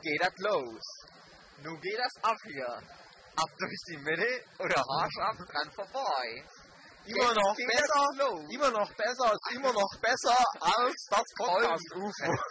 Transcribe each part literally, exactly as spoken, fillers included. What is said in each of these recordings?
geht das los. Nun geht das ab hier. Ab durch die Mitte oder haarscharf dran vorbei. Immer noch geht besser, das los. immer noch besser, ist immer noch besser als das Podcast-U F O.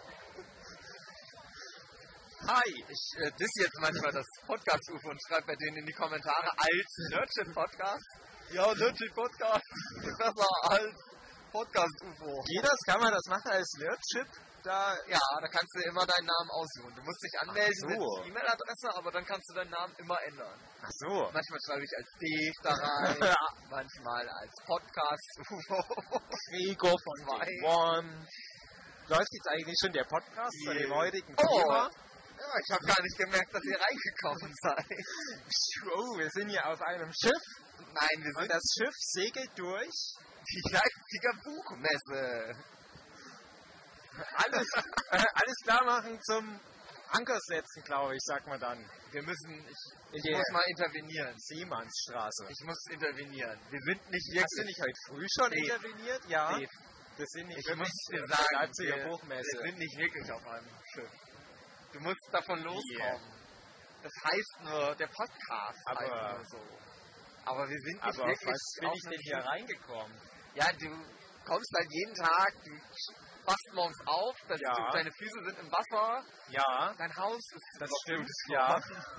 Hi, ich äh, diss jetzt manchmal das Podcast-U F O und schreibe bei denen in die Kommentare als Nerdship-Podcast. Ja, Nerdship-Podcast ist besser als Podcast-U F O. Geht das? Kann man das machen als Nerdship? Da, ja, da kannst du immer deinen Namen aussuchen. Du musst dich anmelden so. mit E-Mail-Adresse, aber dann kannst du deinen Namen immer ändern. Ach so. Manchmal schreibe ich als Dave da rein, manchmal als Podcast-U F O. Gregor von Day One. Läuft jetzt eigentlich schon der Podcast Die- zu dem heutigen Oh. Thema? Ja, ich habe gar nicht gemerkt, dass ihr reingekommen seid. Oh, wir sind hier auf einem Schiff Nein, wir und sind das Schiff segelt durch. die Leipziger Buchmesse. Alles, äh, alles klar machen zum Anker setzen, glaube ich, sagt man dann. Wir müssen, ich, ich Der- muss mal intervenieren. Seemannsstraße. Ich muss intervenieren. Wir sind nicht Hast wirklich... du nicht heute früh schon Nee. interveniert? Ja. Nee. Wir sind nicht Ich wirklich muss dir auf der sagen, Leipziger wir, Buchmesse. wir sind nicht wirklich auf einem Schiff. Du musst davon loskommen. Das heißt nur, der Podcast Aber- heißt nur so. Aber wir sind nicht Aber wirklich was bin auf ich einem denn hier Schiff. reingekommen? Ja, du kommst halt jeden Tag, du wachst morgens auf, das Ja. du, deine Füße sind im Wasser, Ja, dein Haus ist das noch stimmt, gut ja.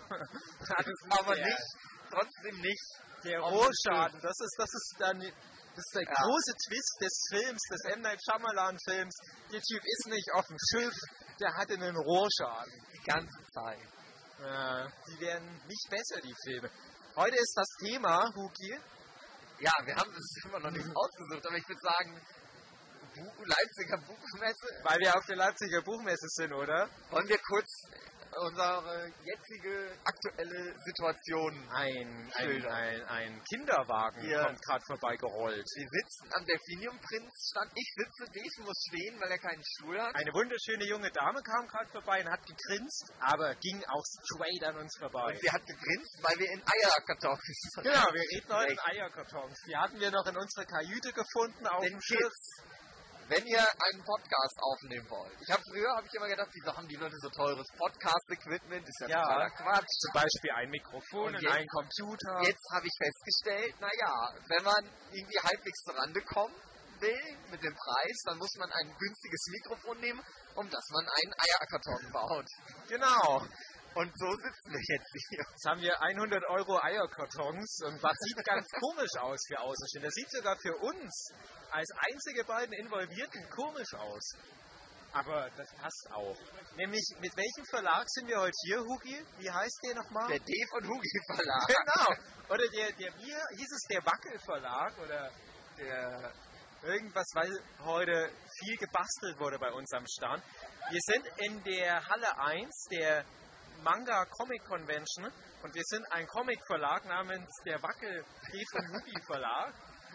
Das ist aber der, nicht, trotzdem nicht. Der auf dem Rohschaden, das ist, das ist dann, das ist der Ja. große Twist des Films, des M. Night Shyamalan Films. Der Typ ist nicht auf dem Schiff, der hatte einen Rohschaden. Die ganze Zeit. Ja, die werden nicht besser, die Filme. Heute ist das Thema, Huki. Ja, wir haben das immer noch nicht ausgesucht, aber ich würde sagen, Bu- Leipziger Buchmesse. Weil wir auf der Leipziger Buchmesse sind, oder? Wollen wir kurz unsere jetzige aktuelle Situation Ein, ein, Schilder. ein, ein Kinderwagen Hier. kommt gerade vorbeigerollt. Wir sitzen am Delphiniumprinzstand. Ich sitze, Dave muss stehen, weil er keinen Stuhl hat. Eine wunderschöne junge Dame kam gerade vorbei und hat gegrinst, aber ging auch straight an uns vorbei. Und sie hat gegrinst, weil wir in Eierkartons sind. Genau, wir reden heute in Echt. Eierkartons. Die hatten wir noch in unserer Kajüte gefunden auf Den dem Schiff. Kids, wenn ihr einen Podcast aufnehmen wollt. Ich habe früher habe ich immer gedacht, wieso haben die Leute so teures Podcast-Equipment? Ist ja, Ja. totaler Quatsch. Zum Beispiel ein Mikrofon Und und jetzt- ein Computer. Jetzt habe ich festgestellt, naja, wenn man irgendwie halbwegs zurande kommen will mit dem Preis, dann muss man ein günstiges Mikrofon nehmen, um das man einen Eierkarton baut. Genau. Und so sitzen wir jetzt hier. Jetzt haben wir hundert Euro Eierkartons und was sieht ganz komisch aus für Außenstehende. Das sieht sogar für uns als einzige beiden Involvierten komisch aus. Aber das passt auch. Nämlich, mit welchem Verlag sind wir heute hier, Hugi? Wie heißt der nochmal? Der D von Hugi Verlag. Genau. Oder der, der, wie hieß es, der Wackel Verlag oder Der, irgendwas, weil heute viel gebastelt wurde bei uns am Stand. Wir sind in der Halle eins der Manga Comic Convention und wir sind ein Comic Verlag namens der Wackel D von Hugi Verlag.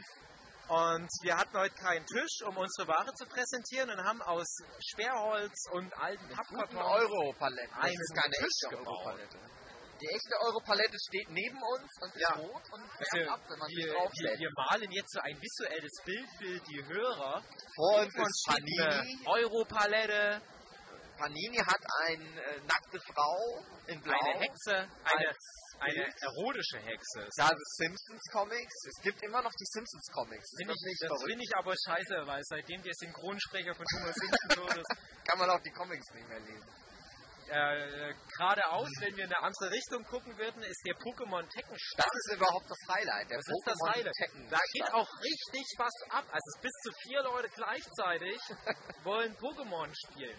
Und wir hatten heute keinen Tisch, um unsere Ware zu präsentieren und haben aus Sperrholz und alten guten Pappkartons Euro-Palette. Das einen ist keine Tisch echte gebaut. Euro-Palette. Die echte Euro-Palette steht neben uns und ist Ja. rot und Also, färbt ab, wenn man sich wir, wir, draufsetzt. wir malen jetzt so ein visuelles Bild für die Hörer. Vor uns Von ist Panini. Europalette, Panini hat eine äh, nackte Frau in Blau. eine Hexe, eine, Als eine Bild. erotische Hexe. Da sind Simpsons Comics. Es gibt immer noch die Simpsons Comics. Das Finde ist ich, nicht das verrückt. finde ich aber scheiße, weil seitdem der Synchronsprecher von Homer Simpson tot ist, Kann man auch die Comics nicht mehr lesen. äh, geradeaus, wenn wir in eine andere Richtung gucken würden, ist der Pokémon Tekken Das Stand. ist überhaupt das Highlight. Der Das ist das Pokémon Highlight. Tekken Da geht Stand. auch richtig was ab. Also es bis zu vier Leute gleichzeitig wollen Pokémon spielen.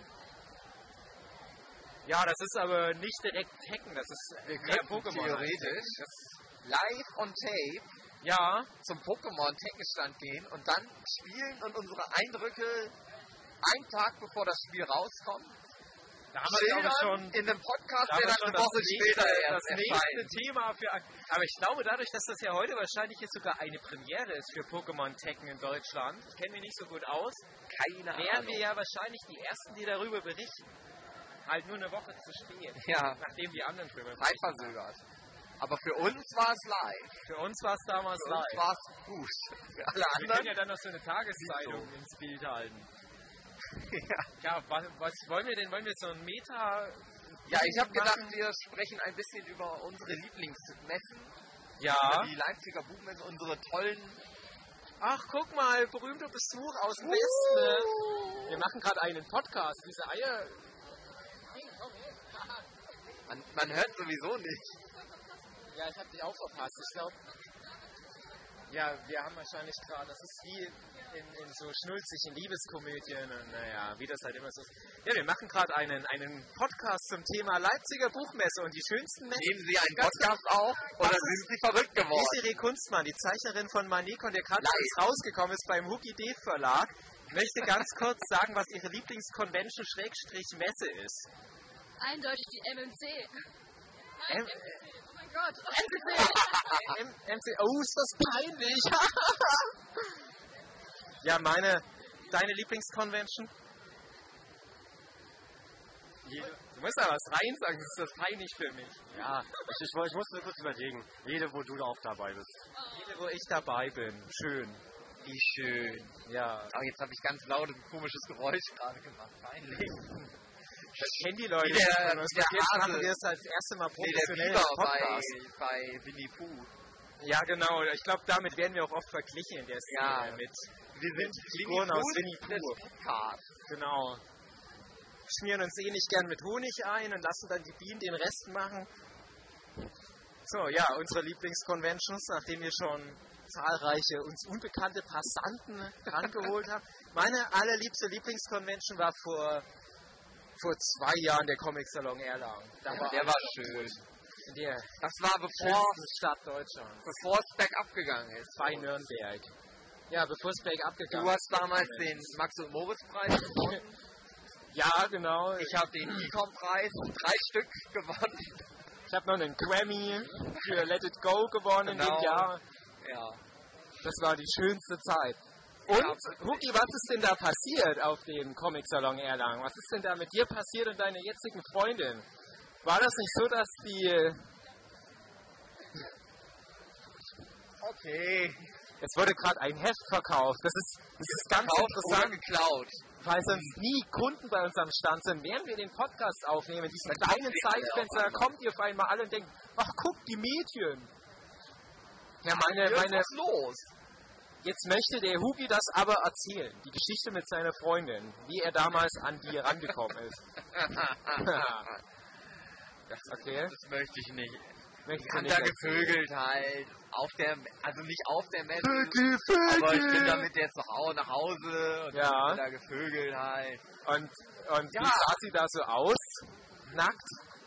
Ja, das ist aber nicht direkt Tekken, das ist Wir mehr könnten Pokémon. theoretisch live on tape Ja, zum Pokémon Tekken Stand gehen und dann spielen und unsere Eindrücke einen Tag bevor das Spiel rauskommt. da haben wir glaube ich schildern schon in einem Podcast, Da haben der wir dann schon eine das Woche nächste, später das erst nächste erscheint. Thema für. Aber ich glaube, dadurch, dass das ja heute wahrscheinlich jetzt sogar eine Premiere ist für Pokémon Tekken in Deutschland, ich kenne mich nicht so gut aus, Keine wären wir Ahnung. ja wahrscheinlich die Ersten, die darüber berichten. Halt nur eine Woche zu spät, Ja, nachdem die anderen drüber Zeit berichten. verzögert. Aber für uns war es live. Für uns war es damals Für uns live. war es gut. Für alle Wir können anderen. ja dann noch so eine Tageszeitung Nicht ins Bild halten. Ja. Ja, was, was wollen wir denn? Wollen wir so ein Meta Ja, ich habe gedacht, wir sprechen ein bisschen über unsere Lieblingsmessen. Ja. Die Leipziger Buchmesse, unsere tollen... Ach, guck mal, berühmter Besuch aus dem uh. Westen. Wir machen gerade einen Podcast, diese Eier... Man, man hört sowieso nicht. Ja, ich habe dich auch verpasst. Ich glaube, ja, wir haben wahrscheinlich gerade, das ist wie in, in so schnulzigen Liebeskomödien und naja, wie das halt immer so ist. Ja, wir machen gerade einen, einen Podcast zum Thema Leipziger Buchmesse und die schönsten Messen. Nehmen Sie einen Podcast auf oder sind Sie verrückt geworden? Desiree Kunstmann, die Zeichnerin von Manikon, der gerade rausgekommen ist beim Huki D Verlag, möchte ganz kurz sagen, was ihre Lieblingsconvention-Messe ist. Eindeutig die M M C. M M M C. Oh mein Gott, M M C. M M C. Oh, ist das peinlich. Ja, meine, deine Lieblingsconvention? Du musst da was rein sagen, das ist das peinlich für mich. Ja, ich, ich, ich musste kurz überlegen. Jede, wo du auch dabei bist. Jede, wo ich dabei bin. Schön. Wie schön. Ja. Aber jetzt habe ich ganz laut ein komisches Geräusch gerade gemacht. Peinlich. Das kennen die Leute. Der, der der jetzt Hase. machen wir es als erste Mal professionell nee, der im Podcast. bei, bei Winnie Pooh. Ja, genau. Ich glaube, damit werden wir auch oft verglichen in der Szene ja. mit wir sind Figuren aus Winnie Pooh. Genau. Schmieren uns eh nicht gern mit Honig ein und lassen dann die Bienen den Rest machen. So, ja, unsere Lieblingsconventions, nachdem wir schon zahlreiche uns unbekannte Passanten rangeholt haben. Meine allerliebste Lieblingsconvention war vor vor zwei Jahren der Comic Salon Erlangen. Da war der war schön. Der das war bevor Stadt Deutschlands. Bevor es bergab gegangen ist. Bei Nürnberg. Ja, bevor es bergab gegangen ist. Du hast damals den Max- und Moritz-Preis gewonnen. Ja, genau. Ich habe den Ecom-Preis, drei Stück gewonnen. Ich habe noch einen Grammy für Let It Go gewonnen genau. in dem Jahr. Ja. Das war die schönste Zeit. Und, Huki, was ist denn da passiert auf dem Comic-Salon Erlangen? Was ist denn da mit dir passiert und deiner jetzigen Freundin? War das nicht so, dass die... Okay. Es wurde gerade ein Heft verkauft. Das ist, das ist ganz interessant. Geklaut. Weil sonst nie Kunden bei uns am Stand sind, während wir den Podcast aufnehmen, in diesem kleinen Zeitfenster, kommt ihr auf einmal alle und denkt, ach guck, die Mädchen. Ja, meine... meine was los? Jetzt möchte der Hugi das aber erzählen, die Geschichte mit seiner Freundin, wie er damals an die rangekommen ist. das, okay. Das möchte ich nicht. Möchtest ich habe da gevögelt halt, auf der, also nicht auf der Messe, Vögel, Vögel. aber ich bin da mit der zu Hause nach Hause und ja. habe da gevögelt halt. Und, und ja. wie sah sie da so aus? Nackt?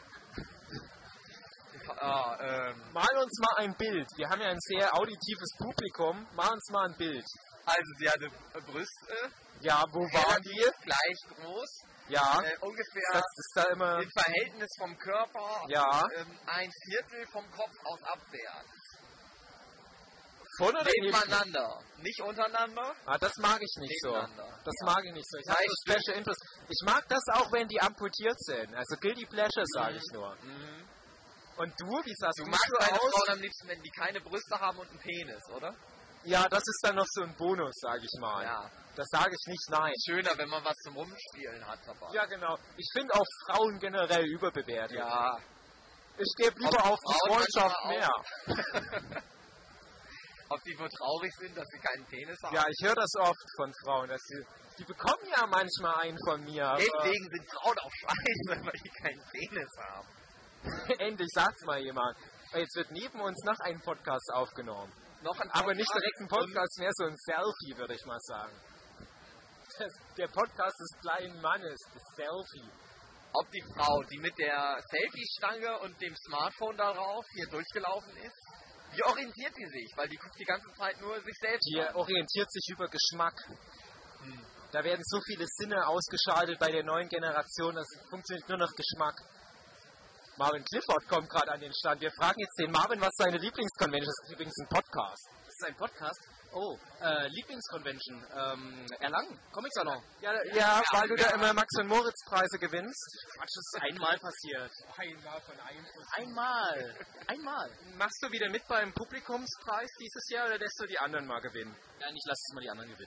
Ah, ähm. Mal uns mal ein Bild. Wir haben ja ein sehr auditives Publikum. Mal uns mal ein Bild. Also sie hatte Brüste. Ja, wo waren die? Gleich groß. Ja. Äh, ungefähr das ist da immer im Verhältnis vom Körper. Ja. Ähm, ein Viertel vom Kopf aus abwärts. Von oder nebeneinander. Nicht untereinander. Ah, das mag ich nicht so. Das ja. mag ich nicht so. Ich, hab so Special Interest. Ich mag das auch, wenn die amputiert sind. Also Guilty Pleasure sage mhm. ich nur. Mhm. Und du, wie sahst du, du magst so deine aus? Frauen am liebsten, wenn die keine Brüste haben und einen Penis, oder? Ja, das ist dann noch so ein Bonus, sage ich mal. Ja. Das sage ich nicht, nein. Schöner, wenn man was zum Rumspielen hat dabei. Ja, genau. Ich finde auch Frauen generell überbewertet. Ja. Ich gebe lieber auf die Freundschaft mehr. Ob die wohl traurig sind, dass sie keinen Penis haben? Ja, ich höre das oft von Frauen, dass sie... Die bekommen ja manchmal einen von mir. Deswegen sind Frauen auch scheiße, weil die keinen Penis haben. Endlich sagt's mal jemand. Jetzt wird neben uns noch ein Podcast aufgenommen. Noch ein Aber nicht direkt ein Podcast, mehr so ein Selfie, würde ich mal sagen. Das, der Podcast des kleinen Mannes, das Selfie. Ob die Frau, die mit der Selfie-Stange und dem Smartphone darauf hier durchgelaufen ist, wie orientiert die sich? Weil die guckt die ganze Zeit nur sich selbst Die an. orientiert sich über Geschmack. Hm. Da werden so viele Sinne ausgeschaltet bei der neuen Generation, das funktioniert nur noch Geschmack. Marvin Clifford kommt gerade an den Stand. Wir fragen jetzt den Marvin, was seine Lieblingsconvention ist. Das ist übrigens ein Podcast. Das ist ein Podcast? Oh, äh, Lieblingsconvention. Ähm, Erlangen, Comic-Salon. Ja, ja, ja, weil du ja. da immer Max- und Moritz-Preise gewinnst. Quatsch, das ist einmal passiert. Einmal von einem. Einmal. Einmal. Machst du wieder mit beim Publikumspreis dieses Jahr oder lässt du die anderen mal gewinnen? Nein, ich lasse es mal die anderen gewinnen.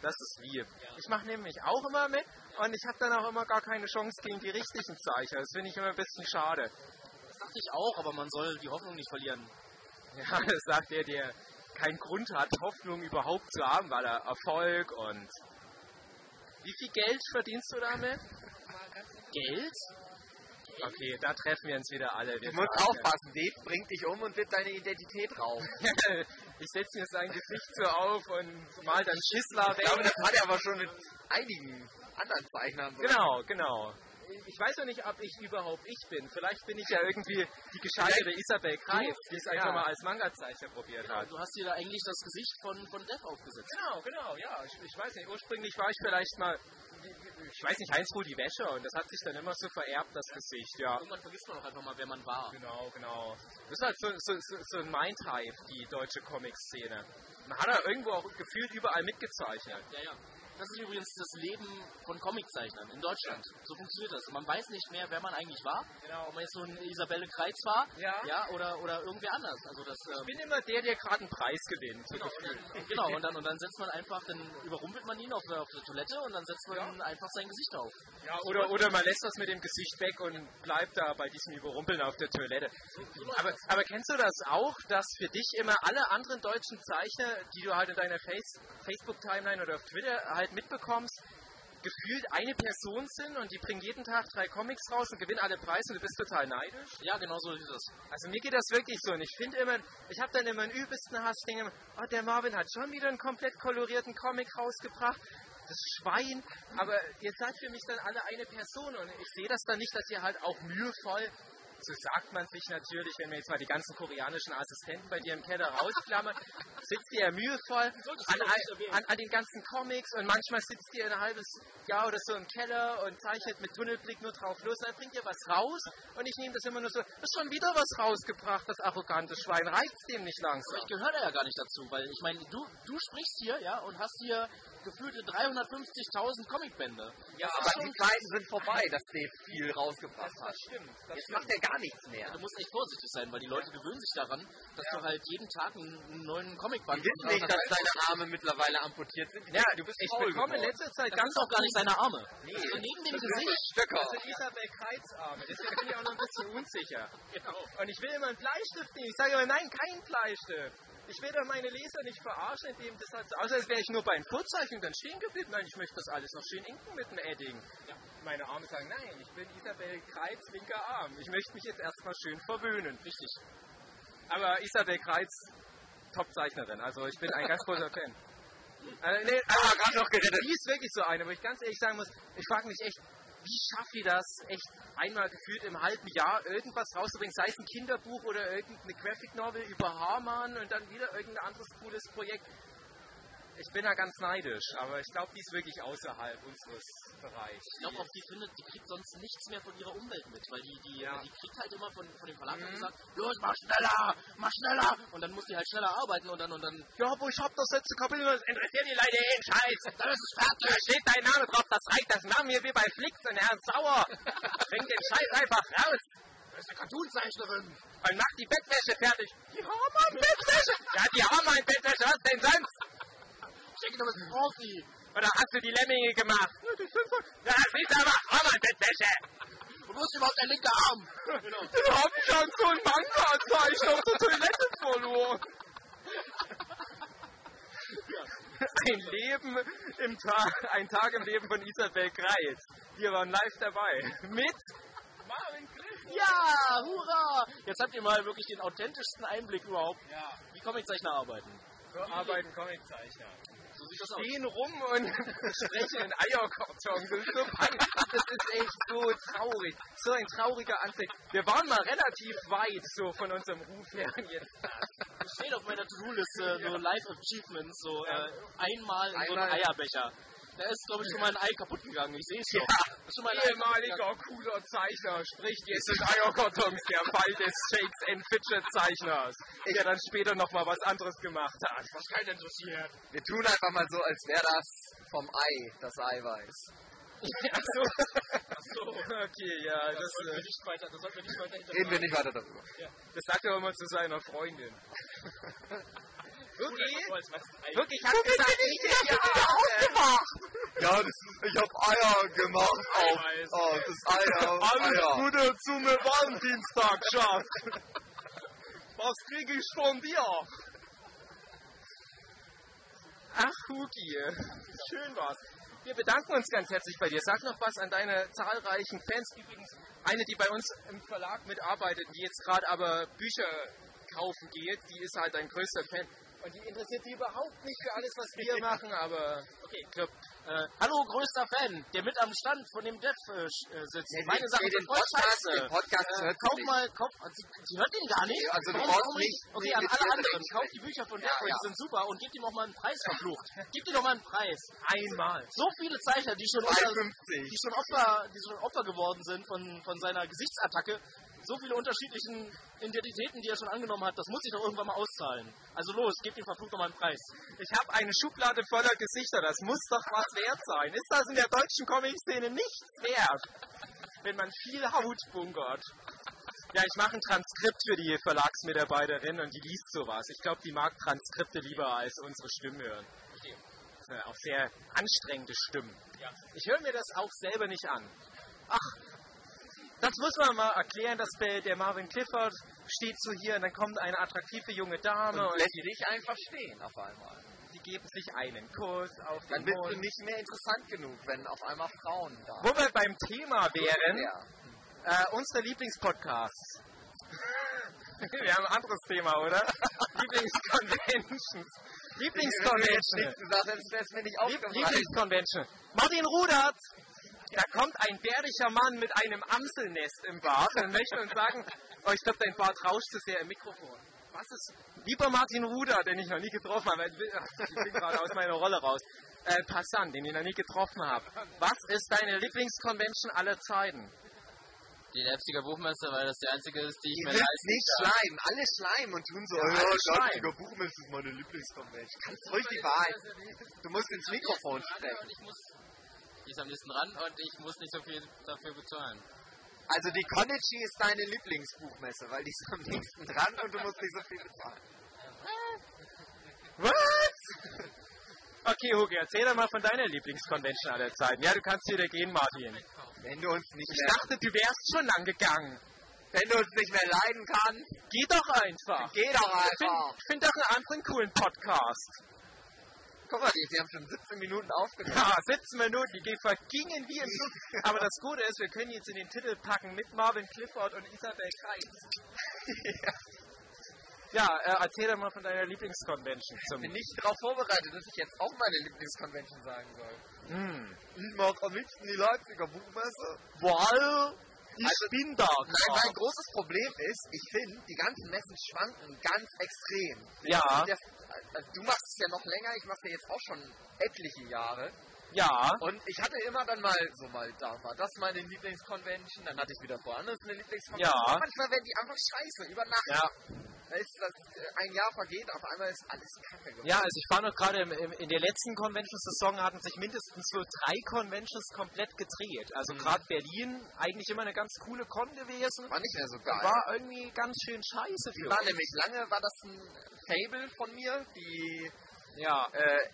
Das ist lieb. Ich mache nämlich auch immer mit und ich habe dann auch immer gar keine Chance gegen die richtigen Zeichner. Das finde ich immer ein bisschen schade. Das dachte ich auch, aber man soll die Hoffnung nicht verlieren. Ja, das sagt der, der keinen Grund hat, Hoffnung überhaupt zu haben, weil er Erfolg und... Wie viel Geld verdienst du damit? Geld? Okay, da treffen wir uns wieder alle. Du musst aufpassen, Dave bringt dich um und wird deine Identität rauben. Ich setze mir sein Gesicht so auf und mal dann Schissler weg. Ich glaube, das hat er aber schon mit einigen anderen Zeichnern. So. Genau, genau. Ich weiß ja nicht, ob ich überhaupt ich bin. Vielleicht bin ich ja irgendwie die gescheiterte Isabel Kreis, die es einfach Ja. mal als Manga-Zeichner probiert hat. Du hast dir da eigentlich das Gesicht von, von Dev aufgesetzt. Genau, genau, ja. Ich, ich weiß nicht, ursprünglich war ich vielleicht mal, ich weiß nicht, Heinz Rudi Wäscher und das hat sich dann immer so vererbt, das Gesicht, ja. Irgendwann vergisst man auch einfach mal, wer man war. Genau, genau. Das ist halt so, so, so, so ein Mindhive, die deutsche Comic-Szene. Man hat da irgendwo auch gefühlt überall mitgezeichnet. Ja, ja. Das ist übrigens das Leben von Comiczeichnern in Deutschland. So funktioniert das. Man weiß nicht mehr, wer man eigentlich war. Genau. Ob man jetzt so ein Isabelle Kreitz war, Ja. ja oder, oder irgendwer anders. Also das, Ich ähm, bin immer der, der gerade einen Preis gewinnt. So genau, und gefühlt. dann, genau und, dann, und dann setzt man einfach, dann überrumpelt man ihn auf der, auf der Toilette und dann setzt man einfach sein Gesicht auf. Ja, oder, oder man lässt das mit dem Gesicht weg und bleibt da bei diesem Überrumpeln auf der Toilette. Aber, aber kennst du das auch, dass für dich immer alle anderen deutschen Zeichner, die du halt in deiner Face, Facebook-Timeline oder auf Twitter halt mitbekommst, gefühlt eine Person sind und die bringen jeden Tag drei Comics raus und gewinnen alle Preise und du bist total neidisch? Ja, genau so ist es. Also mir geht das wirklich so und ich finde immer, ich habe dann immer einen übelsten Hass, ich denke immer, oh, der Marvin hat schon wieder einen komplett kolorierten Comic rausgebracht. Das Schwein, aber ihr seid für mich dann alle eine Person und ich sehe das dann nicht, dass ihr halt auch mühevoll, so sagt man sich natürlich, wenn wir jetzt mal die ganzen koreanischen Assistenten bei dir im Keller rausklammern, sitzt ihr ja mühevoll an, an, an den ganzen Comics und manchmal sitzt ihr ein halbes Jahr oder so im Keller und zeichnet mit Tunnelblick nur drauf los und dann bringt ihr was raus und ich nehme das immer nur so, das ist schon wieder was rausgebracht, das arrogante Schwein, reicht's dem nicht langsam? Ich gehöre da ja gar nicht dazu, weil ich meine, du, du sprichst hier, ja, und hast hier gefühlte dreihundertfünfzigtausend Comicbände. Ja, aber die Zeiten sind vorbei, dass Dave viel rausgebracht hat. stimmt. Das Jetzt macht er gar nichts mehr. Du musst echt vorsichtig sein, weil die Leute gewöhnen sich daran, dass du halt jeden Tag einen, einen neuen Comicband Die wissen nicht, dass deine Arme mittlerweile amputiert sind. Die Ja, denken, du bist ich faul bekomme in geworden. letzter Zeit Das ganz sind auch gar nicht seine Arme. Nee, Also neben dem das sind Gesicht. Stöcker. Das sind Isabel Kreitz-Arme, deswegen bin ich auch noch ein bisschen unsicher. Genau. Und ich will immer einen Bleistift nehmen. Ich sage immer, nein, kein Bleistift. Ich will doch meine Leser nicht verarschen, indem das halt so aussieht, als wäre ich nur beim Vorzeichnen dann stehen geblieben. Nein, ich möchte das alles noch schön inken mit dem Edding. Ja. Meine Arme sagen, nein, ich bin Isabel Kreitz, linker Arm. Ich möchte mich jetzt erstmal schön verwöhnen. Richtig. Aber Isabel Kreitz, Top-Zeichnerin. Also ich bin ein ganz großer Fan. Äh, nee, aber gerade noch gerettet. Die ist wirklich so eine, wo ich ganz ehrlich sagen muss, ich frage mich echt, wie schafft die das, echt einmal gefühlt im halben Jahr irgendwas rauszubringen, sei es ein Kinderbuch oder irgendeine Graphic Novel über Hamann und dann wieder irgendein anderes cooles Projekt. Ich bin da ganz neidisch, aber ich glaube, die ist wirklich außerhalb unseres Bereichs. Ich glaube auch, die findet, die kriegt sonst nichts mehr von ihrer Umwelt mit, weil die, die, Ja. die kriegt halt immer von, von dem Verlag Mhm. gesagt, los, mach schneller, mach schneller. Und dann muss die halt schneller arbeiten und dann, und dann, Ja, aber ich hab das letzte Kapitel, das interessiert die Leute eh einen Scheiß. dann ist es fertig. Da steht dein Name drauf, das reicht, das Name hier wie bei Flix und er ist sauer. Bring den Scheiß einfach raus. Das ist eine Cartoon-Zeichnerin. Und mach die Bettwäsche fertig. Die Hamann-Bettwäsche. Ja, die Hamann-Bettwäsche, was denn sonst? Ich denke, du bist ein Profi. Oder hast du die Lemminge gemacht? Ja, siehst du aber, Hamann-Bettwäsche. Und wo ist überhaupt dein linker Arm? Genau. Den hab ich an so einen Manga-Zeichen auf der Toilette verloren. Ein Leben im Tag, ein Tag im Leben von Isabel Kreitz. Wir waren live dabei. Mit Marvin Griffin. Ja, hurra! Jetzt habt ihr mal wirklich den authentischsten Einblick überhaupt, Ja, wie Comiczeichner arbeiten. so arbeiten Comiczeichner. So sieht das aus. Stehen rum und sprechen in Eierkartons. Das ist so peinlich. Das ist echt so traurig. So ein trauriger Anblick. Wir waren mal relativ weit so von unserem Ruf her jetzt. Das steht auf meiner To-Do-Liste, so Life Achievements, so äh, einmal in so einem Einmal- Eierbecher. Da ist, glaube ich, schon mal ein Ei kaputt gegangen. Ich sehe es doch. Ja, Da ist schon mal ein Ei kaputt gegangen. ehemaliger cooler Zeichner spricht jetzt in Eierkartons, der Fall des Shakes and Fidget Zeichners, der dann später nochmal was anderes gemacht hat. Was keinen interessiert. Wir tun einfach mal so, als wäre das vom Ei, das Eiweiß. Achso. Achso, okay, ja, das, Das sollten wir äh, nicht weiter, das sollten wir nicht weiter Reden wir nicht weiter darüber. das sagt er immer zu seiner Freundin. Wirklich? Wirklich? Wirklich, ich hab gesagt, ich hätte ja Aufgemacht! Ja, das ist, ich hab Eier gemacht auf. Oh, das ist Eier. Eier. Gute zum Valentinstag, Schatz. Was krieg ich von dir? Ach, Hugi, schön war's. Wir bedanken uns ganz herzlich bei dir. Sag noch was an deine zahlreichen Fans. Übrigens, eine, die bei uns im Verlag mitarbeitet, die jetzt gerade aber Bücher kaufen geht, die ist halt dein größter Fan. Und die interessiert die überhaupt nicht für alles, was wir machen, aber Okay, Club. Äh, hallo, größter Fan, der mit am Stand von dem Dev äh, sitzt. Ja, Meine den- Sache den ist voll Podcast- scheiße. den Podcast äh, hört sie kauf nicht. mal, kauf, also, sie, sie hört den gar nicht. Also du Warum- brauchst warum nicht- Okay, nicht an mit alle ihr anderen, direkt kauft die sprechen. Bücher von Ja, Dev, ja. die sind super und gebt ihm auch mal einen Preis, verflucht. Gebt ihm doch mal einen Preis. einmal. So viele Zeichner, die schon, zwei Opfer, fünfzig. die schon Opfer, die schon Opfer geworden sind von, von seiner Gesichtsattacke. So viele unterschiedlichen Identitäten, die er schon angenommen hat, das muss sich doch irgendwann mal auszahlen. Also los, gebt ihm verflucht nochmal einen Preis. Ich habe eine Schublade voller Gesichter, das muss doch was wert sein. Ist das in der deutschen Comic-Szene nichts wert, wenn man viel Haut bunkert? Ja, ich mache ein Transkript für die Verlagsmitarbeiterin und die liest sowas. Ich glaube, die mag Transkripte lieber als unsere Stimmen hören. Das sind auch sehr anstrengende Stimmen. Ich höre mir das auch selber nicht an. Ach, das muss man mal erklären, dass der der Marvin Clifford steht so hier und dann kommt eine attraktive junge Dame Und und, lässt dich einfach stehen auf einmal. die geben sich einen Kuss auf Dann den bist du Mund. nicht mehr interessant genug, wenn auf einmal Frauen da Wo wir beim Thema wären, Ja. äh, unsere Lieblingspodcasts. Wir haben ein anderes Thema, oder? Lieblingsconventions. Lieblingsconvention. Nichts gesagt, das wäre mir nicht Lieb aufgefallen. Lieblingsconvention. Martin Rudert. Da kommt ein bärtiger Mann mit einem Amselnest im Bart und möchte uns sagen, oh, ich glaube, dein Bart rauscht zu sehr im Mikrofon. Was ist, lieber Martin Rudert, den ich noch nie getroffen habe, ich bin gerade aus meiner Rolle raus, äh, Passant, den ich noch nie getroffen habe. Was ist deine Lieblingsconvention aller Zeiten? Die Leipziger Buchmesse, weil das die einzige ist, die ich Die mir sind leisten nicht kann. schleimen, alle schleimen und tun so, Ja, ja, alle schleimen. Leipziger Buchmesse ist meine Lieblingsconvention. Kannst ruhig die Wahrheit. Du musst ins Mikrofon sprechen. Und ich muss, die ist am nächsten ran und ich muss nicht so viel dafür bezahlen. Also die Konichi ist deine Lieblingsbuchmesse, weil die ist am nächsten dran und du musst nicht so viel bezahlen. Was? Okay, Hugi, erzähl doch mal von deiner Lieblingsconvention aller Zeiten. Ja, du kannst wieder gehen, Martin. Wenn du uns nicht Ich mehr, dachte, du wärst schon lang gegangen. wenn du uns nicht mehr leiden kannst, Geh doch einfach. geh doch Find, einfach. find doch einen anderen coolen Podcast. Guck mal, die, die haben schon siebzehn Minuten aufgenommen. Ja, siebzehn Minuten, die vergingen wie im Flug. Aber das Gute ist, wir können jetzt in den Titel packen mit Marvin Clifford und Isabel Kreis. Ja, äh, erzähl doch mal von deiner Lieblingsconvention. Ich Zum bin nicht darauf vorbereitet, dass ich jetzt auch meine Lieblingsconvention sagen soll. hm. Ich mag am liebsten die Leipziger Buchmesse. Weil ich Also- bin da. Nein, mein großes Problem ist, ich finde, die ganzen Messen schwanken ganz extrem. Ja, Das, also du machst es ja noch länger, ich mache es ja jetzt auch schon etliche Jahre. ja. Und ich hatte immer dann mal, so mal, da war das meine Lieblingsconvention, dann hatte ich wieder woanders eine Lieblingsconvention. Ja. Und manchmal werden die einfach scheiße, über Nacht. Ja. Da ist das, äh, ein Jahr vergeht, auf einmal ist alles kacke geworden. Ja, also ich war noch gerade im, im, in der letzten Convention-Saison hatten sich mindestens so drei Conventions komplett gedreht. Also Mhm. gerade Berlin, eigentlich immer eine ganz coole Con gewesen. War nicht mehr so geil. War irgendwie ganz schön scheiße Die für war uns. nämlich lange, war das ein Fable von mir, die Ja, äh,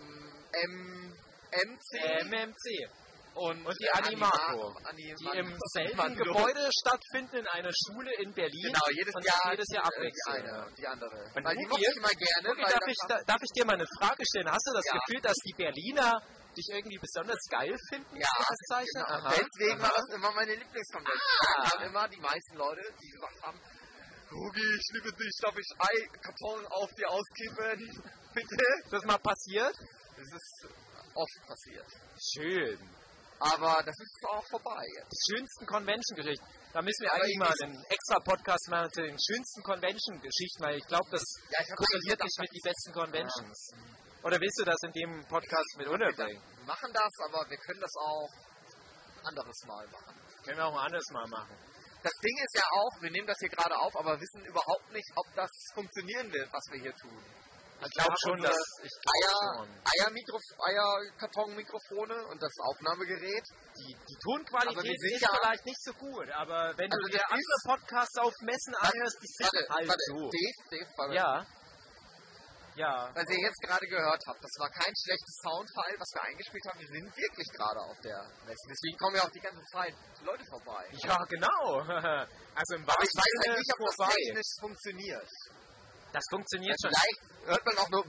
M, MC M M C. und, Und die äh, Animago, Anima- Anima- die im selben Mando. Gebäude stattfinden, in einer Schule in Berlin. Genau, jedes und Jahr, jedes Jahr äh, die abwechseln. eine und die andere. Und weil die Hugi- mochte ich immer gerne. Hugi, weil darf, das ich, war- da, darf ich dir mal eine Frage stellen? Hast du das Ja. Gefühl, dass die Berliner dich irgendwie besonders geil finden? Ja, als Zeichner? genau. Aha, Deswegen aha. war das immer meine Lieblingsconvention. Ah. Da haben immer die meisten Leute, die gesagt haben, Hugi, ich liebe dich, darf ich Eikarton auf dir auskippen? Bitte? Ist das mal passiert? Das ist oft passiert. Schön. Aber das ist auch vorbei jetzt. Die schönsten Convention-Geschichten. Da müssen wir Aber eigentlich mal irgendwie- einen extra Podcast machen zu den schönsten Convention-Geschichten, weil ich glaube, das Ja, ich hab korreliert eigentlich nicht mit gedacht, die besten Conventions. Oder willst du das in dem Podcast mit unterbringen? Wir machen das, aber wir können das auch anderes Mal machen. Können wir auch ein anderes Mal machen. Das Ding ist ja auch, wir nehmen das hier gerade auf, aber wissen überhaupt nicht, ob das funktionieren wird, was wir hier tun. Ich glaube schon, unsere dass ich glaub Eier, schon. Eier, Eierkarton-Mikrofone und das Aufnahmegerät. Die, die Aber wir Tonqualität sind ist ja- vielleicht nicht so gut, aber wenn Also du dir das andere ist- Podcasts auf Messen anhörst, die sind Warte, halt warte, so. Dave, Dave, warte. Ja. Ja. Was ihr jetzt gerade gehört habt, das war kein schlechtes Soundfile, was wir eingespielt haben. Wir sind wirklich gerade auf der Messe. Deswegen kommen ja auch die ganze Zeit Leute vorbei. Ja, genau. Also im Aber ich weiß Sinne halt nicht, ob das vorbei. technisch funktioniert. Das funktioniert schon. Vielleicht hört man auch nur...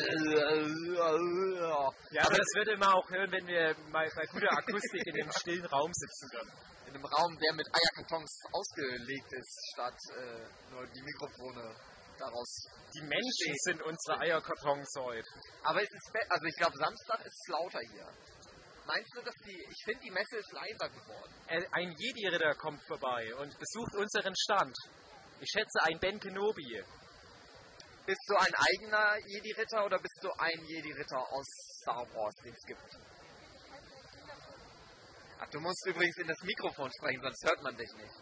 Ja, aber das wird immer auch hören, wenn wir mal bei guter Akustik in einem stillen Raum sitzen können. In einem Raum, der mit Eierkartons ausgelegt ist, statt äh, nur die Mikrofone daraus. Die Menschen sind unsere Eierkartons heute. Aber es ist, be- also ich glaube, Samstag ist es lauter hier. Meinst du, dass die, ich finde, die Messe ist leiser geworden. Äh, Ein Jedi-Ritter kommt vorbei und besucht unseren Stand. Ich schätze ein Ben Kenobi. Bist du ein eigener Jedi-Ritter oder bist du ein Jedi-Ritter aus Star Wars, den es gibt? Ach, du musst übrigens in das Mikrofon sprechen, sonst hört man dich nicht.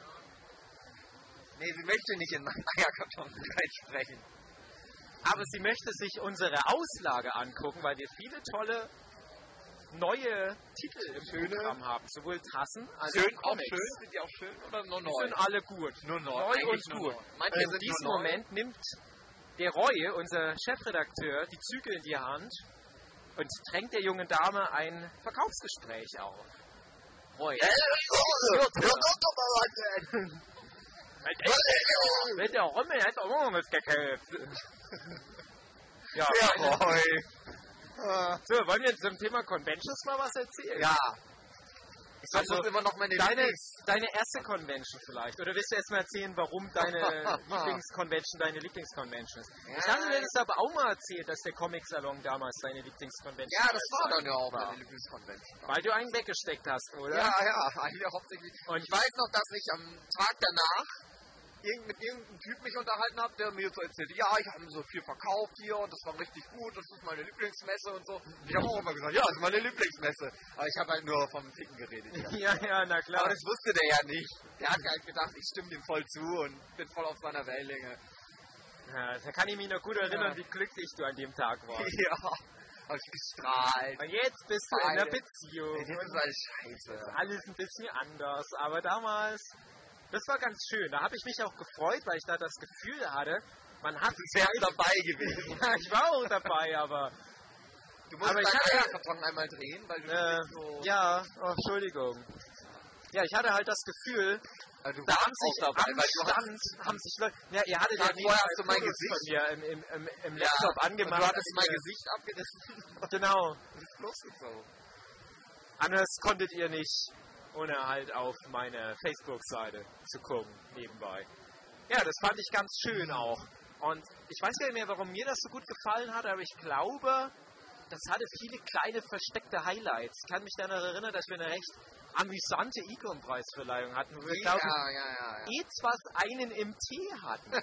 Nee, sie möchte nicht in meinen Eierkarton reinsprechen. Aber sie möchte sich unsere Auslage angucken, weil wir viele tolle neue Titel im Schöne. Programm haben. Sowohl Tassen als Schön, auch auch Comics. schön, sind die auch schön oder nur Die neu? sind alle gut. Nur neu, Neu eigentlich und nur gut. neu. Manche Und in sind diesem nur neu. Moment nimmt der Roy, unser Chefredakteur, die Zügel in die Hand und drängt der jungen Dame ein Verkaufsgespräch auf. Roy. Wenn der Rommel hat auch noch was gekauft. Ja, Ja, Roy. so, wollen wir zum Thema Conventions mal was erzählen? Ja. Ich Also, muss immer noch meine Deine, Lieblings- deine erste Convention vielleicht. Oder willst du erst mal erzählen, warum deine Lieblingsconvention deine Lieblingsconvention ist? Ich Ja. hatte dir das aber auch mal erzählt, dass der Comic-Salon damals deine Lieblingsconvention Ja, das war. war dann ja auch meine Lieblingskonvention. Weil du einen weggesteckt hast, oder? Ja, ja, eigentlich hauptsächlich. Und ich weiß noch, dass ich am Tag danach irgend, mit irgendeinem Typ mich unterhalten habe, der mir so erzählte, ja, ich habe so viel verkauft hier und das war richtig gut, das ist meine Lieblingsmesse und so. Ich habe auch immer gesagt, ja, das ist meine Lieblingsmesse. Aber ich habe halt nur vom Ficken geredet. Ja. Ja, ja, na klar. Aber das wusste der ja nicht. Der hat halt gedacht, ich stimme dem voll zu und bin voll auf seiner Wellenlänge. Ja, da kann ich mich noch gut erinnern, Ja. wie glücklich du an dem Tag warst. Ja, hab ich gestrahlt. Und jetzt bist du in einer Beide. Beziehung. Ey, das ist alles scheiße. Alles ein bisschen anders. Aber damals, das war ganz schön. Da habe ich mich auch gefreut, weil ich da das Gefühl hatte, man hat Du wärst dabei gewesen. Ja, ich war auch dabei, aber Du musst Aber ich deinen hatte- Eierkarton einmal drehen, weil du äh, bist so... ja, oh, Entschuldigung. Ja, ich hatte halt das Gefühl, Also du da warst haben sich auch dabei, am weil du hast... Stand, haben sich Leute, ja, ihr hattet Ja, ja vorher hast du mein Fotos Gesicht- von mir im, im, im, im Ja, Laptop und angemacht. du hattest mein als ich- Gesicht abgerissen. Genau. Das ist lustig so. Anders konntet ihr nicht, ohne halt auf meine Facebook-Seite zu gucken, nebenbei. Ja, das fand ich ganz schön auch. Und ich weiß gar nicht mehr, warum mir das so gut gefallen hat, aber ich glaube, das hatte viele kleine versteckte Highlights. Ich kann mich daran erinnern, dass wir eine recht amüsante Econ-Preisverleihung hatten, wo wir, Ja, glaube ja, ja, ja. ich, jetzt was einen im Tee hatten.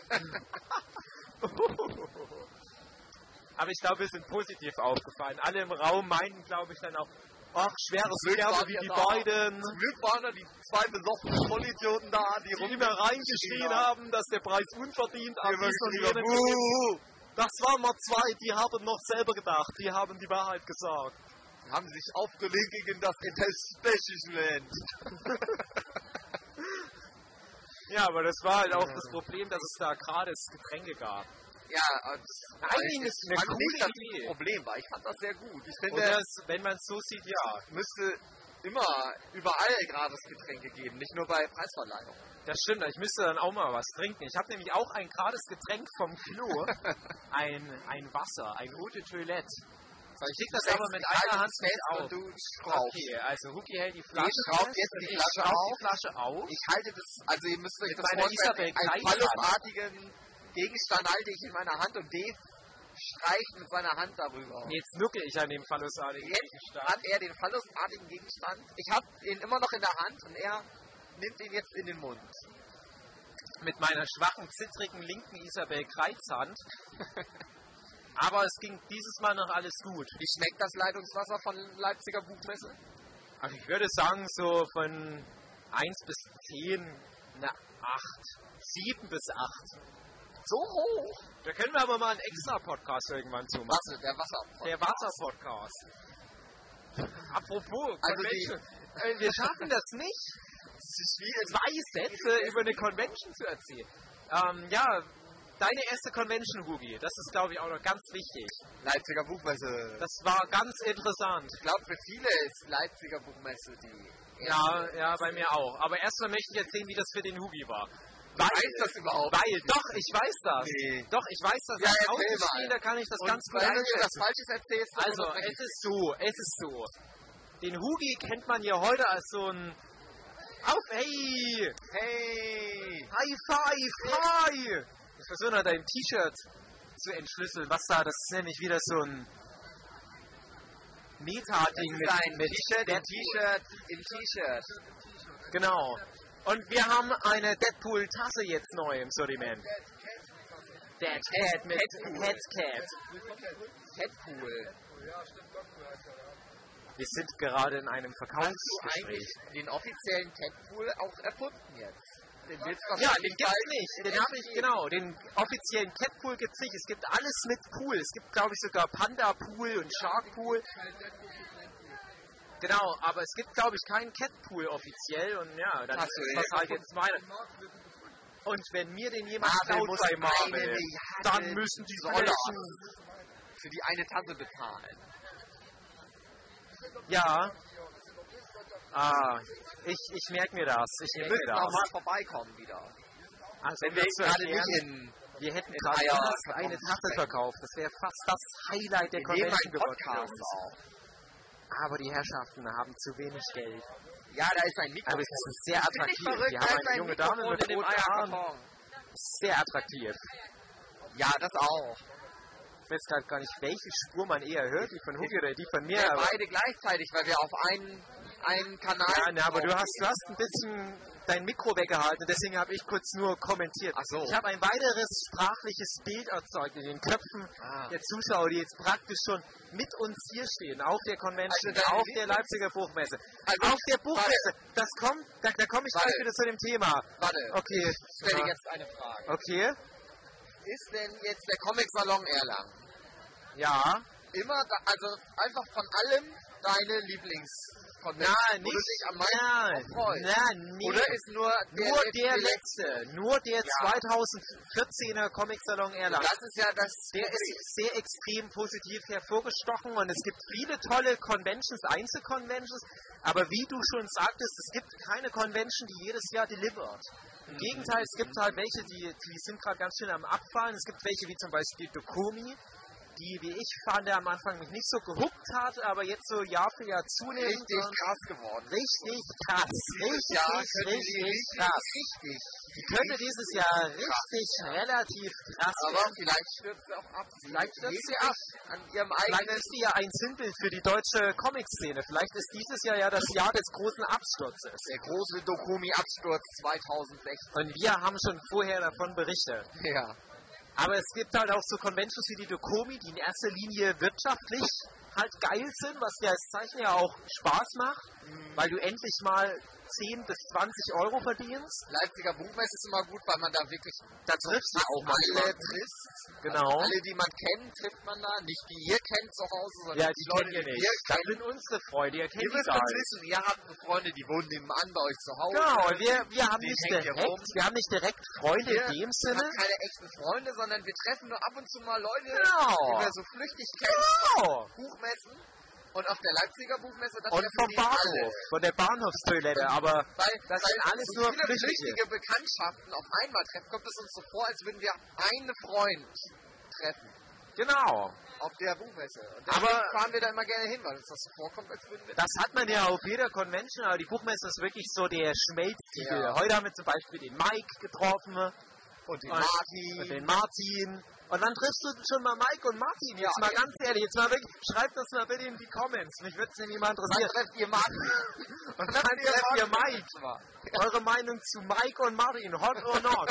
Aber ich glaube, wir sind positiv aufgefallen. Alle im Raum meinten, glaube ich, dann auch, ach, schweres Glück Kerbe waren wie wir die da. beiden, Zum Glück waren da die zwei besoffenen Vollidioten da, die die immer reingeschrien haben, dass der Preis unverdient Die am immer diesen und geschrien haben, jenen. Das waren mal zwei, die haben noch selber gedacht, die haben die Wahrheit gesagt. Die haben sich aufgelegt gegen das Establishment. Ja, aber das war halt auch das Problem, dass es da gratis Getränke gab. Ja, und Eigentlich ist ich eine fand coole nicht, dass Idee. das Problem war. Ich fand das sehr gut. Ich finde, Oder es, wenn man es so sieht, ja. es müsste immer überall gratis Getränke geben, nicht nur bei Preisverleihungen. Das stimmt, ich müsste dann auch mal was trinken. Ich habe nämlich auch ein gratis Getränk vom Klo. ein, ein Wasser, ein Eau de Toilette. Ich krieg das aber mit einer Hand nicht auf. und du schraubst. Okay, also Huki hält die Flasche Ich schraub fest jetzt und die ich Flasche schraub auf. die Flasche auf. Ich halte das, also ihr müsst euch Mit das meiner Isabel vorstellen, einen Klein- fallusartigen Gegenstand halte ich in meiner Hand und Dave streicht mit seiner Hand darüber. Jetzt nuckel ich an dem Phallusartigen Jetzt Gegenstand. hat er den fallusartigen Gegenstand. Ich habe ihn immer noch in der Hand und er nimmt ihn jetzt in den Mund. Mit meiner schwachen, zittrigen linken Isabel Kreizhand. Aber es ging dieses Mal noch alles gut. Wie schmeckt das Leitungswasser von Leipziger Buchmesse? Also ich würde sagen, so von eins bis zehn, eine acht. sieben bis acht. So hoch? Da können wir aber mal einen extra Podcast irgendwann zu machen. Wasser, der Wasser. Der Wasser-Podcast. Apropos, Also die- Convention. Äh, wir schaffen das nicht, Es ist wie zwei Sätze über eine Convention zu erzählen. Ähm, ja, deine erste Convention, Hugi, das ist, glaube ich, auch noch ganz wichtig. Leipziger Buchmesse. Das war ganz interessant. Ich glaube, für viele ist Leipziger Buchmesse die Ja, ja, bei mir auch. Aber erstmal möchte ich erzählen, wie das für den Hugi war. Weil, weiß das überhaupt? Weil, doch, ich weiß das. Nee. Doch, ich weiß das. Ja, Als erzähl Außenstehender kann ich das Und ganz gut wenn du mir was einschätzen. Falsches erzählst, dann Also, unterbreche es ist so, es ist so. Den Hugi kennt man ja heute als so ein... Auf, hey! Hey! High five! Hi! Ich versuche noch dein T-Shirt zu entschlüsseln. Was da, das ist nämlich wieder so ein Meta-Ding mit, Ein mit T-Shirt im Deadpool. T-Shirt im T-Shirt. Genau. Und wir haben eine Deadpool-Tasse jetzt neu im Sortiment. Dead Cat mit Headcat. Deadpool. Wir sind gerade in einem Hast du Verkaufsgespräch. eigentlich den offiziellen Deadpool auch erfunden jetzt? Den wird's Ja, den wahrscheinlich gibt's bald nicht. Den habe ich, genau. Den offiziellen Catpool gibt's nicht. Es gibt alles mit Pool. Es gibt, glaube ich, sogar Panda-Pool und Shark-Pool. Genau, aber es gibt, glaube ich, keinen Catpool offiziell. Und ja, dann Ach ist so, das ja. halt jetzt meine. Und wenn mir den jemand Marvel klaut muss bei eine Marvel, Milliarde dann müssen die Dollar Flächen... für die eine Tasse bezahlen. Ja. Ah, ich, ich merke mir das. Ich Wir merke mir müssen auch das. mal vorbeikommen wieder. Also, Wenn um wir das zu gerade erklären, nicht in... wir hätten in gerade Eier fast eine verkauft Tasse sprechen. verkauft. Das wäre fast das Highlight der Wir nehmen Convention einen geworden. für Podcast uns. auch. Aber die Herrschaften haben zu wenig Geld. Ja, da ist ein Mikrofon. Aber es ist sehr Finde ich attraktiv. verrückt, Wir da haben ist eine ein junge Dame Mikrofon mit in dem roten Haaren. Eierkarton. Sehr attraktiv. Ja, das auch. Ich weiß gerade gar nicht, welche Spur man eher hört, die von Hugi oder die von mir. Ja, aber beide gleichzeitig, weil wir auf einen, einen Kanal... ja, ne, aber du hast, du hast ein bisschen dein Mikro weggehalten, deswegen habe ich kurz nur kommentiert. Ach so. Ich habe ein weiteres sprachliches Bild erzeugt in den Köpfen Ah. der Zuschauer, die jetzt praktisch schon mit uns hier stehen, auf der Convention, Also deine auf der Leipziger Buchmesse. Also, auf der Buchmesse, das kommt, da, da komme ich Warte. gleich wieder zu dem Thema. Warte, Okay. ich stelle jetzt eine Frage. Okay, Ist denn jetzt der Comic-Salon Erlangen ja. immer, da, also einfach von allem deine Lieblingsconvention, Nein, wo du nicht. dich am meisten Nein, drauf freust? nein, nee. Oder ist nur der, Nur letzte- der letzte, nur der Ja. zweitausendvierzehner Comic-Salon Erlangen. Das ist ja das... Der ist sehr extrem positiv hervorgestochen und es gibt viele tolle Conventions, Einzelconventions, aber wie du schon sagtest, es gibt keine Convention, die jedes Jahr delivert. Im Gegenteil, es gibt halt welche, die, die sind gerade ganz schön am Abfallen. Es gibt welche wie zum Beispiel Dokumi, die, wie ich fand, am Anfang mich nicht so gehuckt hat, aber jetzt so Jahr für Jahr zunehmend. richtig und krass geworden. Richtig krass. Richtig, Ja, könnte die richtig, richtig, krass. richtig. Die könnte dieses Jahr richtig relativ krass Aber werden. vielleicht stürzt sie auch ab. Vielleicht stürzt sie hebt ab. sich an ihrem Vielleicht eigenen... ist sie ja ein Sinnbild für die deutsche Comic-Szene. Vielleicht ist dieses Jahr ja das Jahr des großen Absturzes. Der große Dokumi-Absturz zweitausendsechzehn. Und wir haben schon vorher davon berichtet. Ja. Aber es gibt halt auch so Conventions wie die Dokumi, die in erster Linie wirtschaftlich halt geil sind, was ja als Zeichen ja auch Spaß macht, weil du endlich mal zehn bis zwanzig Euro verdienst. Leipziger Buchmesse ist immer gut, weil man da wirklich Da triffst du auch mal alle jemanden. trifft. Genau. Also alle, die man kennt, trifft man da. Nicht die ihr kennt zu Hause, sondern Ja, die, die Leute, kennen wir die nicht. ihr Das kennt. sind unsere Freunde, ihr kennt Ihr die müsst gar uns nicht. wissen, ihr habt Freunde, die wohnen nebenan bei euch zu Hause. Genau, wir, wir haben Die nicht hängen hier direkt, rum. wir haben nicht direkt Freunde Wir in dem sind Sinne. keine echten Freunde, sondern wir treffen nur ab und zu mal Leute, Genau. die wir so flüchtig kennen, Genau. Buchmessen. Und auf der Leipziger Buchmesse, da Und treffen vom die Bahnhof, alle. von der Bahnhofstoilette, aber Weil, das weil sind alles so nur viele Flüchtige. flüchtige Bekanntschaften auf einmal treffen, kommt es uns so vor, als würden wir einen Freund treffen genau. auf der Buchmesse. Und deswegen Aber- fahren wir da immer gerne hin, weil uns das so vorkommt, als würden wir... Das hat man ja auf jeder Convention, aber die Buchmesse ist wirklich so der Schmelztiegel. Ja. Heute haben wir zum Beispiel den Mike getroffen Und den und, Martin. und den Martin. Und dann triffst du schon mal Mike und Martin. Jetzt Ja. mal ganz ehrlich, jetzt mal wirklich, schreibt das mal bitte in die Comments. Mich würde es nämlich mal Dann interessieren. trefft ihr Martin. Und dann trefft ihr Mike. Eure Meinung zu Mike und Martin, hot or not?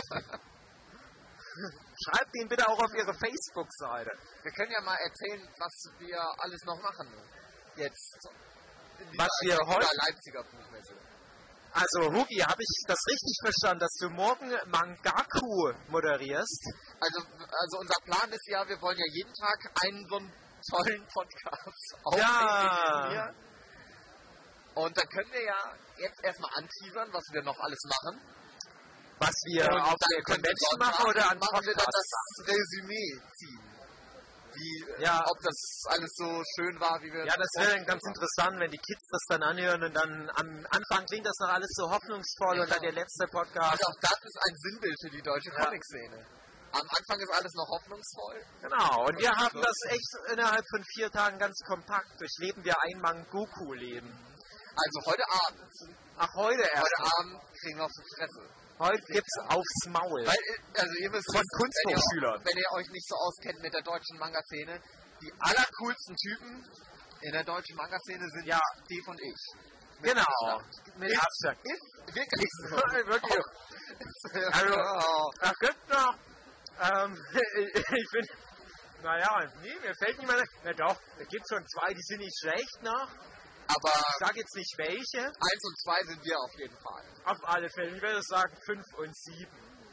Schreibt ihn bitte auch auf ihre Facebook-Seite. Wir können ja mal erzählen, was wir alles noch machen. Jetzt. In dieser Was wir Leipziger- heute- Leipziger Buchmesse. Also, Hugi, habe ich das richtig verstanden, dass du morgen Mangaku moderierst? Also, also unser Plan ist ja, wir wollen ja jeden Tag einen so einen tollen Podcast aufnehmen Ja. hier. Und dann können wir ja jetzt erstmal anteasern, was wir noch alles machen. Was wir Und auf dann der können wir Convention dort machen oder an machen wir dann Podcast? das Resümee ziehen. Wie, Ja. ob das alles so schön war, wie wir Ja, das wäre dann ganz haben. interessant, wenn die Kids das dann anhören und dann am Anfang klingt das noch alles so hoffnungsvoll und dann der letzte Podcast. Also auch das ist ein Sinnbild für die deutsche Ja. Comic-Szene. Am Anfang ist alles noch hoffnungsvoll. Genau, und wir haben das echt innerhalb von vier Tagen ganz kompakt durchleben wir ein Mangoku-Leben. Also heute Abend, Ach, heute erst. heute Abend kriegen wir auf die Fresse. Heute gibt's aufs Maul. Weil, also ihr müsst Von wissen, Kunsthochschülern. wenn ihr, wenn ihr euch nicht so auskennt mit der deutschen Manga-Szene, die allercoolsten Typen in der deutschen Manga-Szene sind Ja. Steve und ich. Mit Genau. Abstand. Mit Ist- Abstand. Ist wirklich so. Wirklich. Also, Oh. es gibt noch, ähm, ich bin, naja, nee, mir fällt niemand ein. Na doch, es gibt schon zwei, die sind nicht schlecht noch. Aber Ich sag jetzt nicht welche. eins und zwei sind wir auf jeden Fall. Auf alle Fälle, ich würde sagen fünf und sieben.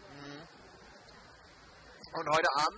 Und heute Abend?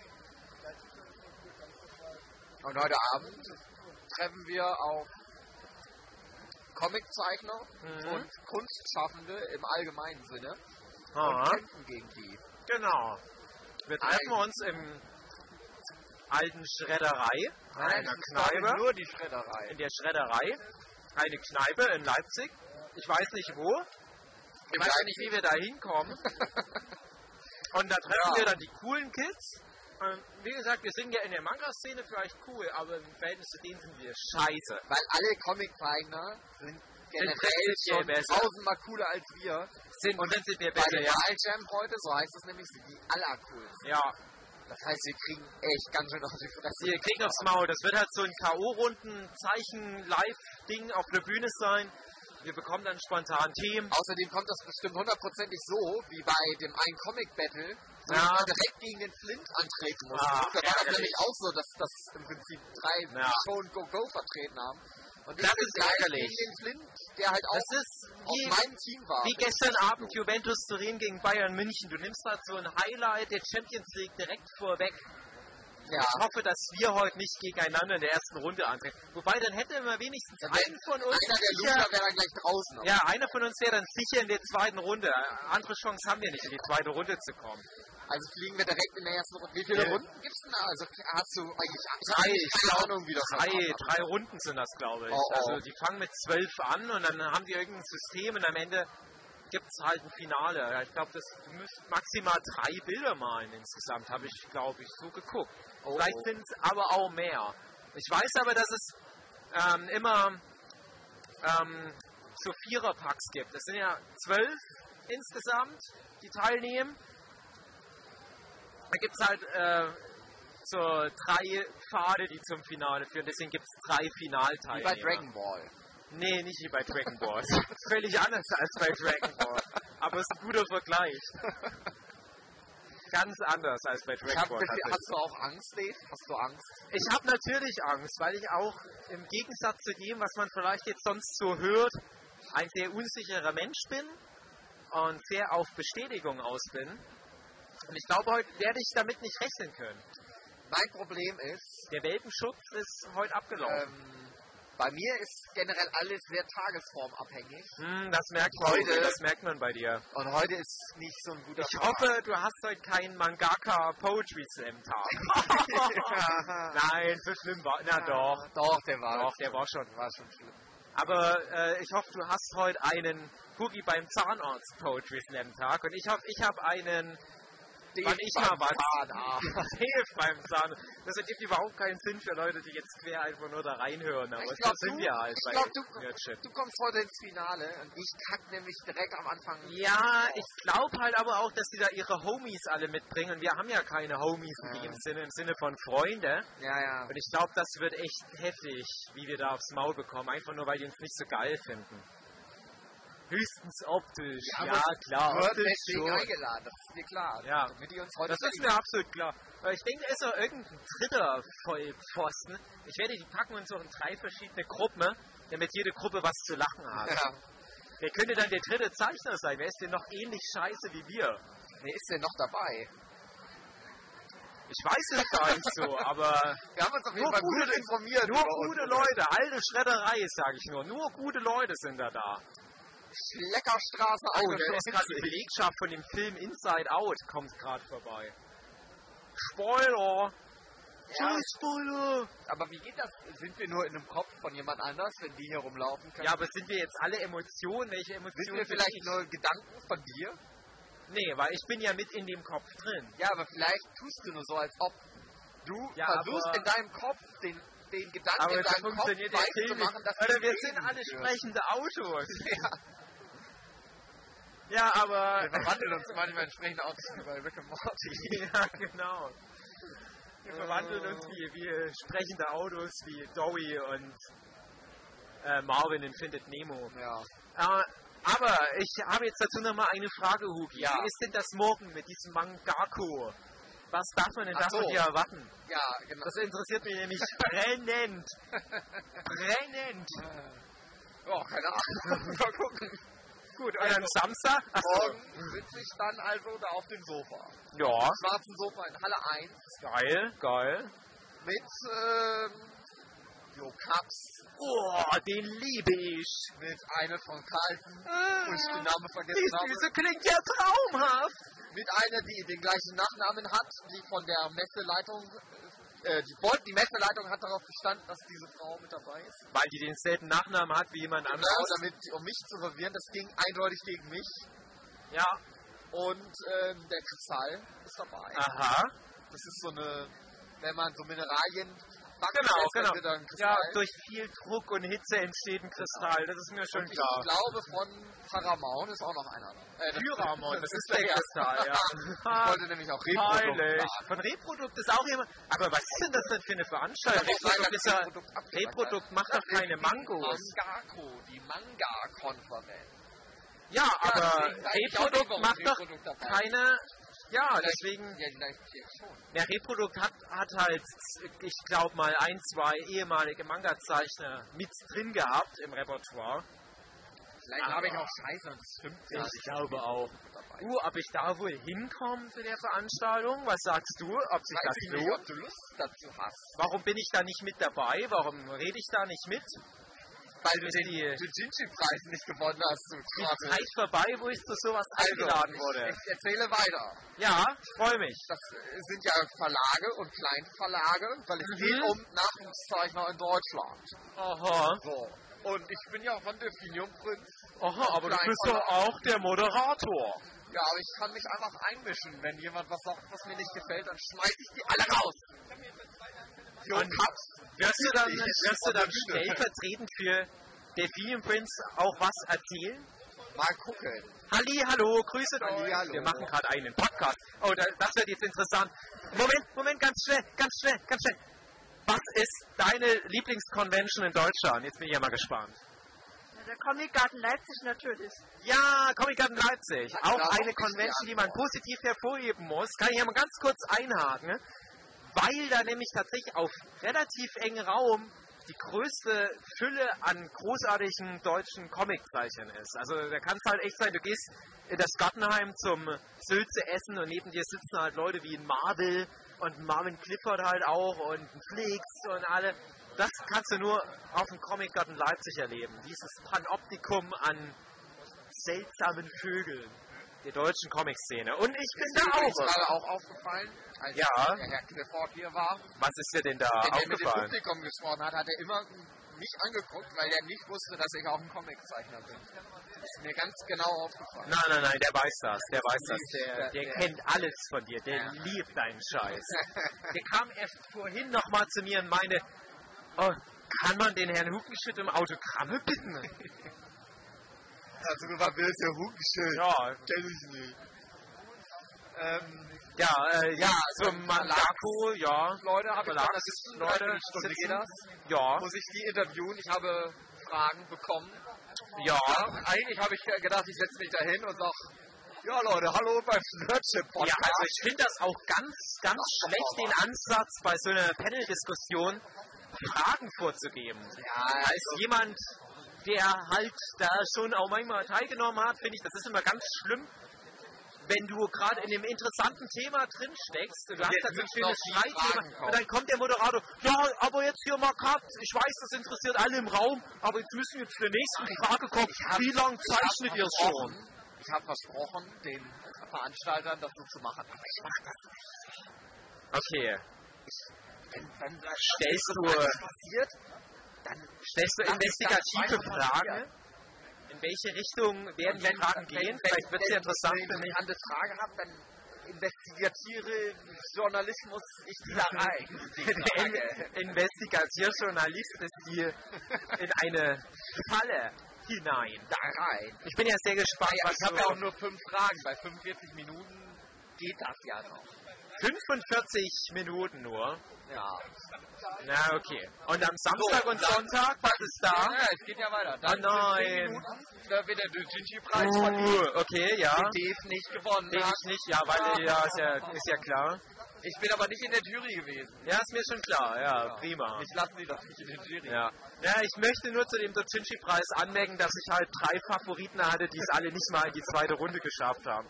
Und heute Abend treffen wir auf Comiczeichner Mhm. und Kunstschaffende im allgemeinen Sinne Aha. und kämpfen gegen die. Genau. Wir treffen uns im alten Schredderei, einer es ist gar nicht Kneipe, nur die Schredderei. in der Schredderei, eine Kneipe in Leipzig. Ich weiß nicht wo. Ich weiß nicht, wie wir da hinkommen. Und da treffen Ja. wir dann die coolen Kids. Und wie gesagt, wir sind ja in der Manga-Szene vielleicht cool, aber im Verhältnis zu denen sind wir scheiße. Weil alle Comiczeichner sind generell prinzipiell schon besser. tausendmal cooler als wir. Sind und sind wir Bei besser, der ja. Wahl-Jam heute, so heißt es nämlich, sind die allercoolsten. Ja, Das heißt, wir kriegen echt ganz schön auf die Fresse. wir kriegen aufs Maul. Das wird halt so ein K O-Runden-Zeichen-Live-Ding auf der Bühne sein. Wir bekommen dann spontan Themen. Außerdem kommt das bestimmt hundertprozentig so, wie bei dem einen Comic-Battle, wo Ja. man direkt gegen den Flint antreten muss. Ah, da war das ärgerlich. nämlich auch so, dass das im Prinzip drei Ja. Show und Go-Go vertreten haben. Und Das ich bin ist gleich ärgerlich. gegen den Flint, der halt auch Das ist auf wie, meinem Team war. wie gestern Abend Juventus Turin gegen Bayern München. Du nimmst halt so ein Highlight der Champions League direkt vorweg. Ja. Ich hoffe, dass wir heute nicht gegeneinander in der ersten Runde antreten. Wobei, dann hätte man wenigstens einen von uns Einer der sicher, Loser wäre dann gleich draußen. ja, einer von uns wäre dann sicher in der zweiten Runde. Andere Chance haben wir nicht, in die zweite Runde zu kommen. Also fliegen wir direkt in der ersten Runde. Wie viele Ja. Runden gibt es denn da? Also hast du eigentlich Drei, ich keine glaub, Ahnung, wie das drei, abläuft. drei Runden sind das, glaube ich. Oh, oh. Also die fangen mit zwölf an und dann haben die irgendein System und am Ende gibt es halt ein Finale. Ich glaube, das müsste maximal drei Bilder malen insgesamt, habe ich, glaube ich, so geguckt. Oh, Vielleicht oh. sind es aber auch mehr. Ich weiß aber, dass es ähm, immer ähm, so Viererpacks gibt. Es sind ja zwölf insgesamt, die teilnehmen. Da gibt es halt äh, so drei Pfade, die zum Finale führen. Deswegen gibt es drei Wie Finalteilnehmer. bei Dragon Ball. Nee, nicht wie bei Dragon Ball. Es ist völlig anders als bei Dragon Ball. Aber es ist ein guter Vergleich. Ganz anders als bei Ich Dragon hab, Ball. tatsächlich. hast du auch Angst, Dave? Hast du Angst? Ich habe natürlich Angst, weil ich auch im Gegensatz zu dem, was man vielleicht jetzt sonst so hört, ein sehr unsicherer Mensch bin und sehr auf Bestätigung aus bin. Und ich glaube, heute werde ich damit nicht rechnen können. Mein Problem ist, Der Welpenschutz ist heute abgelaufen. ähm, bei mir ist generell alles sehr tagesformabhängig. Hm, das merkt heute- heute, das merkt man bei dir. Und heute ist nicht so ein guter Ich hoffe, du hast heute keinen Mangaka Poetry Slam Tag. Nein, so schlimm war. Na doch. Doch, der war, Doch, der war schon. war schon schlimm. Aber äh, ich hoffe, du hast heute einen Boogie beim Zahnarzt Poetry Slam Tag und ich hoffe, ich habe einen wann ich mal was was hilft beim Zahnarzt. Das ergibt überhaupt keinen Sinn für Leute, die jetzt quer einfach nur da reinhören. Aber Ich so glaub, sind du- wir halt ich bei glaub, du- Nerdshit. Du kommst heute ins Finale und ich kack nämlich direkt am Anfang. Ja, ich glaube halt aber auch, dass die da ihre Homies alle mitbringen. Und wir haben ja keine Homies in Ja. dem Sinne, im Sinne von Freunde. Ja, ja. Und ich glaube, das wird echt heftig, wie wir da aufs Maul bekommen. Einfach nur, weil die uns nicht so geil finden. Höchstens optisch. Ja, aber klar. wird optisch deswegen schon. eingeladen, das ist mir klar. Ja. Damit die uns heute Das ist mir absolut klar. Aber ich denke, da ist noch irgendein dritter Vollpfosten. Ich werde die packen uns so in drei verschiedene Gruppen, damit jede Gruppe was zu lachen hat. Ja. Wer könnte dann der dritte Zeichner sein? Wer ist denn noch ähnlich scheiße wie wir? Wer ist denn noch dabei? Ich weiß es gar nicht so, aber Wir haben uns auf jeden Nur Fall gute- gut informiert. nur über gute uns. Leute, alte Schredderei, sage ich nur. Nur gute Leute sind da da. Schleckerstraße Oh, da ist eingeschlossen. gerade die Belegschaft von dem Film Inside Out, kommt gerade vorbei. Spoiler! Ja. Spoiler! Aber wie geht das? Sind wir nur in einem Kopf von jemand anders, wenn die hier rumlaufen können? Ja, aber sind wir jetzt alle Emotionen? Welche Sind Emotionen wir bin vielleicht ich? nur Gedanken von dir? Nee, weil ich bin ja mit in dem Kopf drin. Ja, aber vielleicht tust du nur so, als ob du Ja, versuchst aber- in deinem Kopf den, den Gedanken Aber in so deinem Kopf funktioniert der weiß zu Film machen, nicht. dass Alter, du wir reden sind alle wirst. sprechende Autos. Ja, Ja, aber... wir verwandeln uns manchmal entsprechend auch wie bei Rick and Morty. Ja, genau. Wir verwandeln uns wie, wie sprechende Autos, wie Dowie und äh, Marvin in Findet Nemo. Ja. Äh, aber ich habe jetzt dazu noch mal eine Frage, Hugi. Ja. Wie ist denn das morgen mit diesem Mangako? Was darf man denn Ach davon so. hier erwarten? Ja, genau. Das interessiert mich nämlich brennend. Brennend. Oh, keine Ahnung. Mal gucken. Gut, und am Samstag? Ach so. Morgen sitze ich dann also da auf dem Sofa. Ja, Schwarzen Sofa in Halle eins geil, geil. mit ähm, Jo Cups, Oh, den liebe ich. mit einer von Carlton, wo ich den Namen Die vergessen habe. Süße klingt ja traumhaft. Mit einer, die den gleichen Nachnamen hat, die von der Messeleitung, äh, die, Bolt- die Messeleitung hat darauf bestanden, dass diese Frau mit dabei ist. Weil die denselben Nachnamen hat wie jemand Genau, anderes. damit, um mich zu verwirren, das ging eindeutig gegen mich. Ja, Und ähm, der Kristall ist dabei. aha. Das ist so eine, wenn man so Mineralien backt, Genau, lässt, dann genau. wird da ein Ja, Kristall. durch viel Druck und Hitze entsteht ein Kristall, das ist mir schon Und ich klar. glaube, von Paramount ist auch noch einer. Äh, das- Pyramont, das ist der der Kristall, ja. Ich wollte nämlich auch Reprodukt Peinlich. sagen. Von Reprodukt ist auch jemand. Aber was ist denn das denn für eine Veranstaltung? Ich meine, Reprodukt, ist ja, Reprodukt abgesagt Reprodukt hat. macht Das doch keine ist die Mangos. Mangako, die Manga-Konferenz. Ja, aber deswegen weiß ich auch nicht, Reprodukt warum macht doch Reprodukt dabei ist. keine. Ja, Vielleicht- deswegen. Ja, vielleicht jetzt schon. Der Reprodukt hat, hat halt, ich glaube mal, ein, zwei ehemalige Manga-Zeichner mit drin gehabt im Repertoire. Vielleicht Aber- habe ich auch Scheiße und das stimmt ja. Ich glaube auch. Du, ob ich da wohl hinkomme zu der Veranstaltung? Was sagst du? Ob sich Weiß das ich nicht, lohnt? ob du Lust dazu hast. Warum bin ich da nicht mit dabei? Warum rede ich da nicht mit? Weil du Ist den, die- den Jinchi-Preis nicht gewonnen hast, du Die Trottel. Zeit vorbei, wo ich zu sowas eingeladen Also, wurde. ich, ich erzähle weiter. Ja, ich freue mich. Das äh, sind ja Verlage und Kleinverlage, weil es Mhm. geht um Nachwuchszeichner in Deutschland. Aha. So. Und ich bin ja von Delphinium Prinz. Aha, aber du bist doch Kleinverlag. auch der Moderator. Ja, aber ich kann mich einfach einmischen. Wenn jemand was sagt, was mir nicht gefällt, dann schmeiß ich die alle raus. Jo, Und Cups. Wirst du dann, Ich- wirst du dann auf der Bühne. stellvertretend für Delphinium Prince auch was erzählen? Mal gucken. Halli, hallo, grüße euch. Hallihallo. Wir machen gerade einen Podcast. Oh, da, das wird jetzt interessant. Moment, Moment, ganz schnell, ganz schnell, ganz schnell. Was ist deine Lieblingsconvention in Deutschland? Jetzt bin ich ja mal gespannt. Ja, der Comicgarten Leipzig natürlich. Ja, Comic Garden Leipzig. Hat Auch da auch eine nicht Convention, die die man positiv hervorheben muss. Kann ich ja mal ganz kurz einhaken. Weil da nämlich tatsächlich auf relativ engen Raum die größte Fülle an großartigen deutschen Comiczeichnern ist. Also da kann es halt echt sein, du gehst in das Gartenheim zum Sülze essen und neben dir sitzen halt Leute wie ein Marvel und ein Marvin Clifford halt auch und ein Flix und alle. Das kannst du nur auf dem Comic Garden Leipzig erleben. Dieses Panoptikum an seltsamen Vögeln der deutschen Comic-Szene. Und ich bin da Mir ist auch. gerade auch aufgefallen, als Ja. der Herr Clifford hier war, Was ist dir denn da wenn er mit dem aufgefallen? Publikum gesprochen hat, hat er immer mich angeguckt, weil er nicht wusste, dass ich auch ein Comiczeichner bin. Das ist mir ganz genau aufgefallen. Nein, nein, nein, der weiß das, der weiß das. Der, Der- der der- kennt alles von dir, der Ja. liebt deinen Scheiß. Der kam erst vorhin nochmal zu mir und meinte, oh, kann man den Herrn Hugenschütt um Autogramme bitten? Also du war willst ja Hugenschön. Ja, Kenn ich nicht. Ähm, ja, äh, ja, also zum Mandako, ja. Leute habe ich da Verlags- sitzen, Leute Leute, Stunde sitzen. geht das. Ja, Muss ich die interviewen? Ich habe Fragen bekommen. ja. Ja, eigentlich habe ich gedacht, ich setze mich da hin und sag, ja Leute, hallo beim Nerdship Ja, Podcast. also ich finde das auch ganz, ganz schlecht, den Ansatz bei so einer Panel-Diskussion Fragen vorzugeben. Ja, Als jemand, der halt da schon auch manchmal teilgenommen hat, finde ich, das ist immer ganz schlimm, wenn du gerade in einem interessanten Thema drin steckst, du hast Jetzt da so ein müssen schönes noch die Fragen Streitthema kommen. und dann kommt der Moderator, ja, aber jetzt hier mal Cut, ich weiß, das interessiert alle im Raum, aber jetzt müssen wir zur nächsten Frage kommen, wie lange zeichnet ihr schon? Ich habe versprochen, den Veranstaltern das so zu machen, aber ich mache das nicht. Okay, Wenn, wenn das stellst du, passiert, dann stellst du lass ich das investigative weiter Fragen? passieren. In welche Richtung werden die wenn, Fragen wenn, gehen? wenn, Vielleicht wird es ja wenn interessant ich für mich. eine Frage habe, dann investigative Journalismus ich die da rein. Die Der Frage. In Investigativjournalist ist hier in eine Falle hinein. Da rein. Ich bin ja sehr gespannt, Ja, was ich habe du- ja auch nur fünf Fragen. Bei fünfundvierzig Minuten geht das ja noch. fünfundvierzig Minuten nur. Ja. Na, okay. Und am Samstag So, und dann- Sonntag, was ist da? Ja, es geht ja weiter. Ah, nein. zehn Minuten, da wird der Dujinji-Preis vergeben, Uh, okay, ja. den Dave nicht gewonnen Den hat. ich nicht, ja, weil, ja, ist ja, ist ja klar. Ich bin aber nicht in der Jury gewesen. Ja, ist mir schon klar, ja, prima. Mich lassen sie doch nicht in der Jury. Ja. Ja, ich möchte nur zu dem Dojinshi-Preis anmerken, dass ich halt drei Favoriten hatte, die es alle nicht mal in die zweite Runde geschafft haben.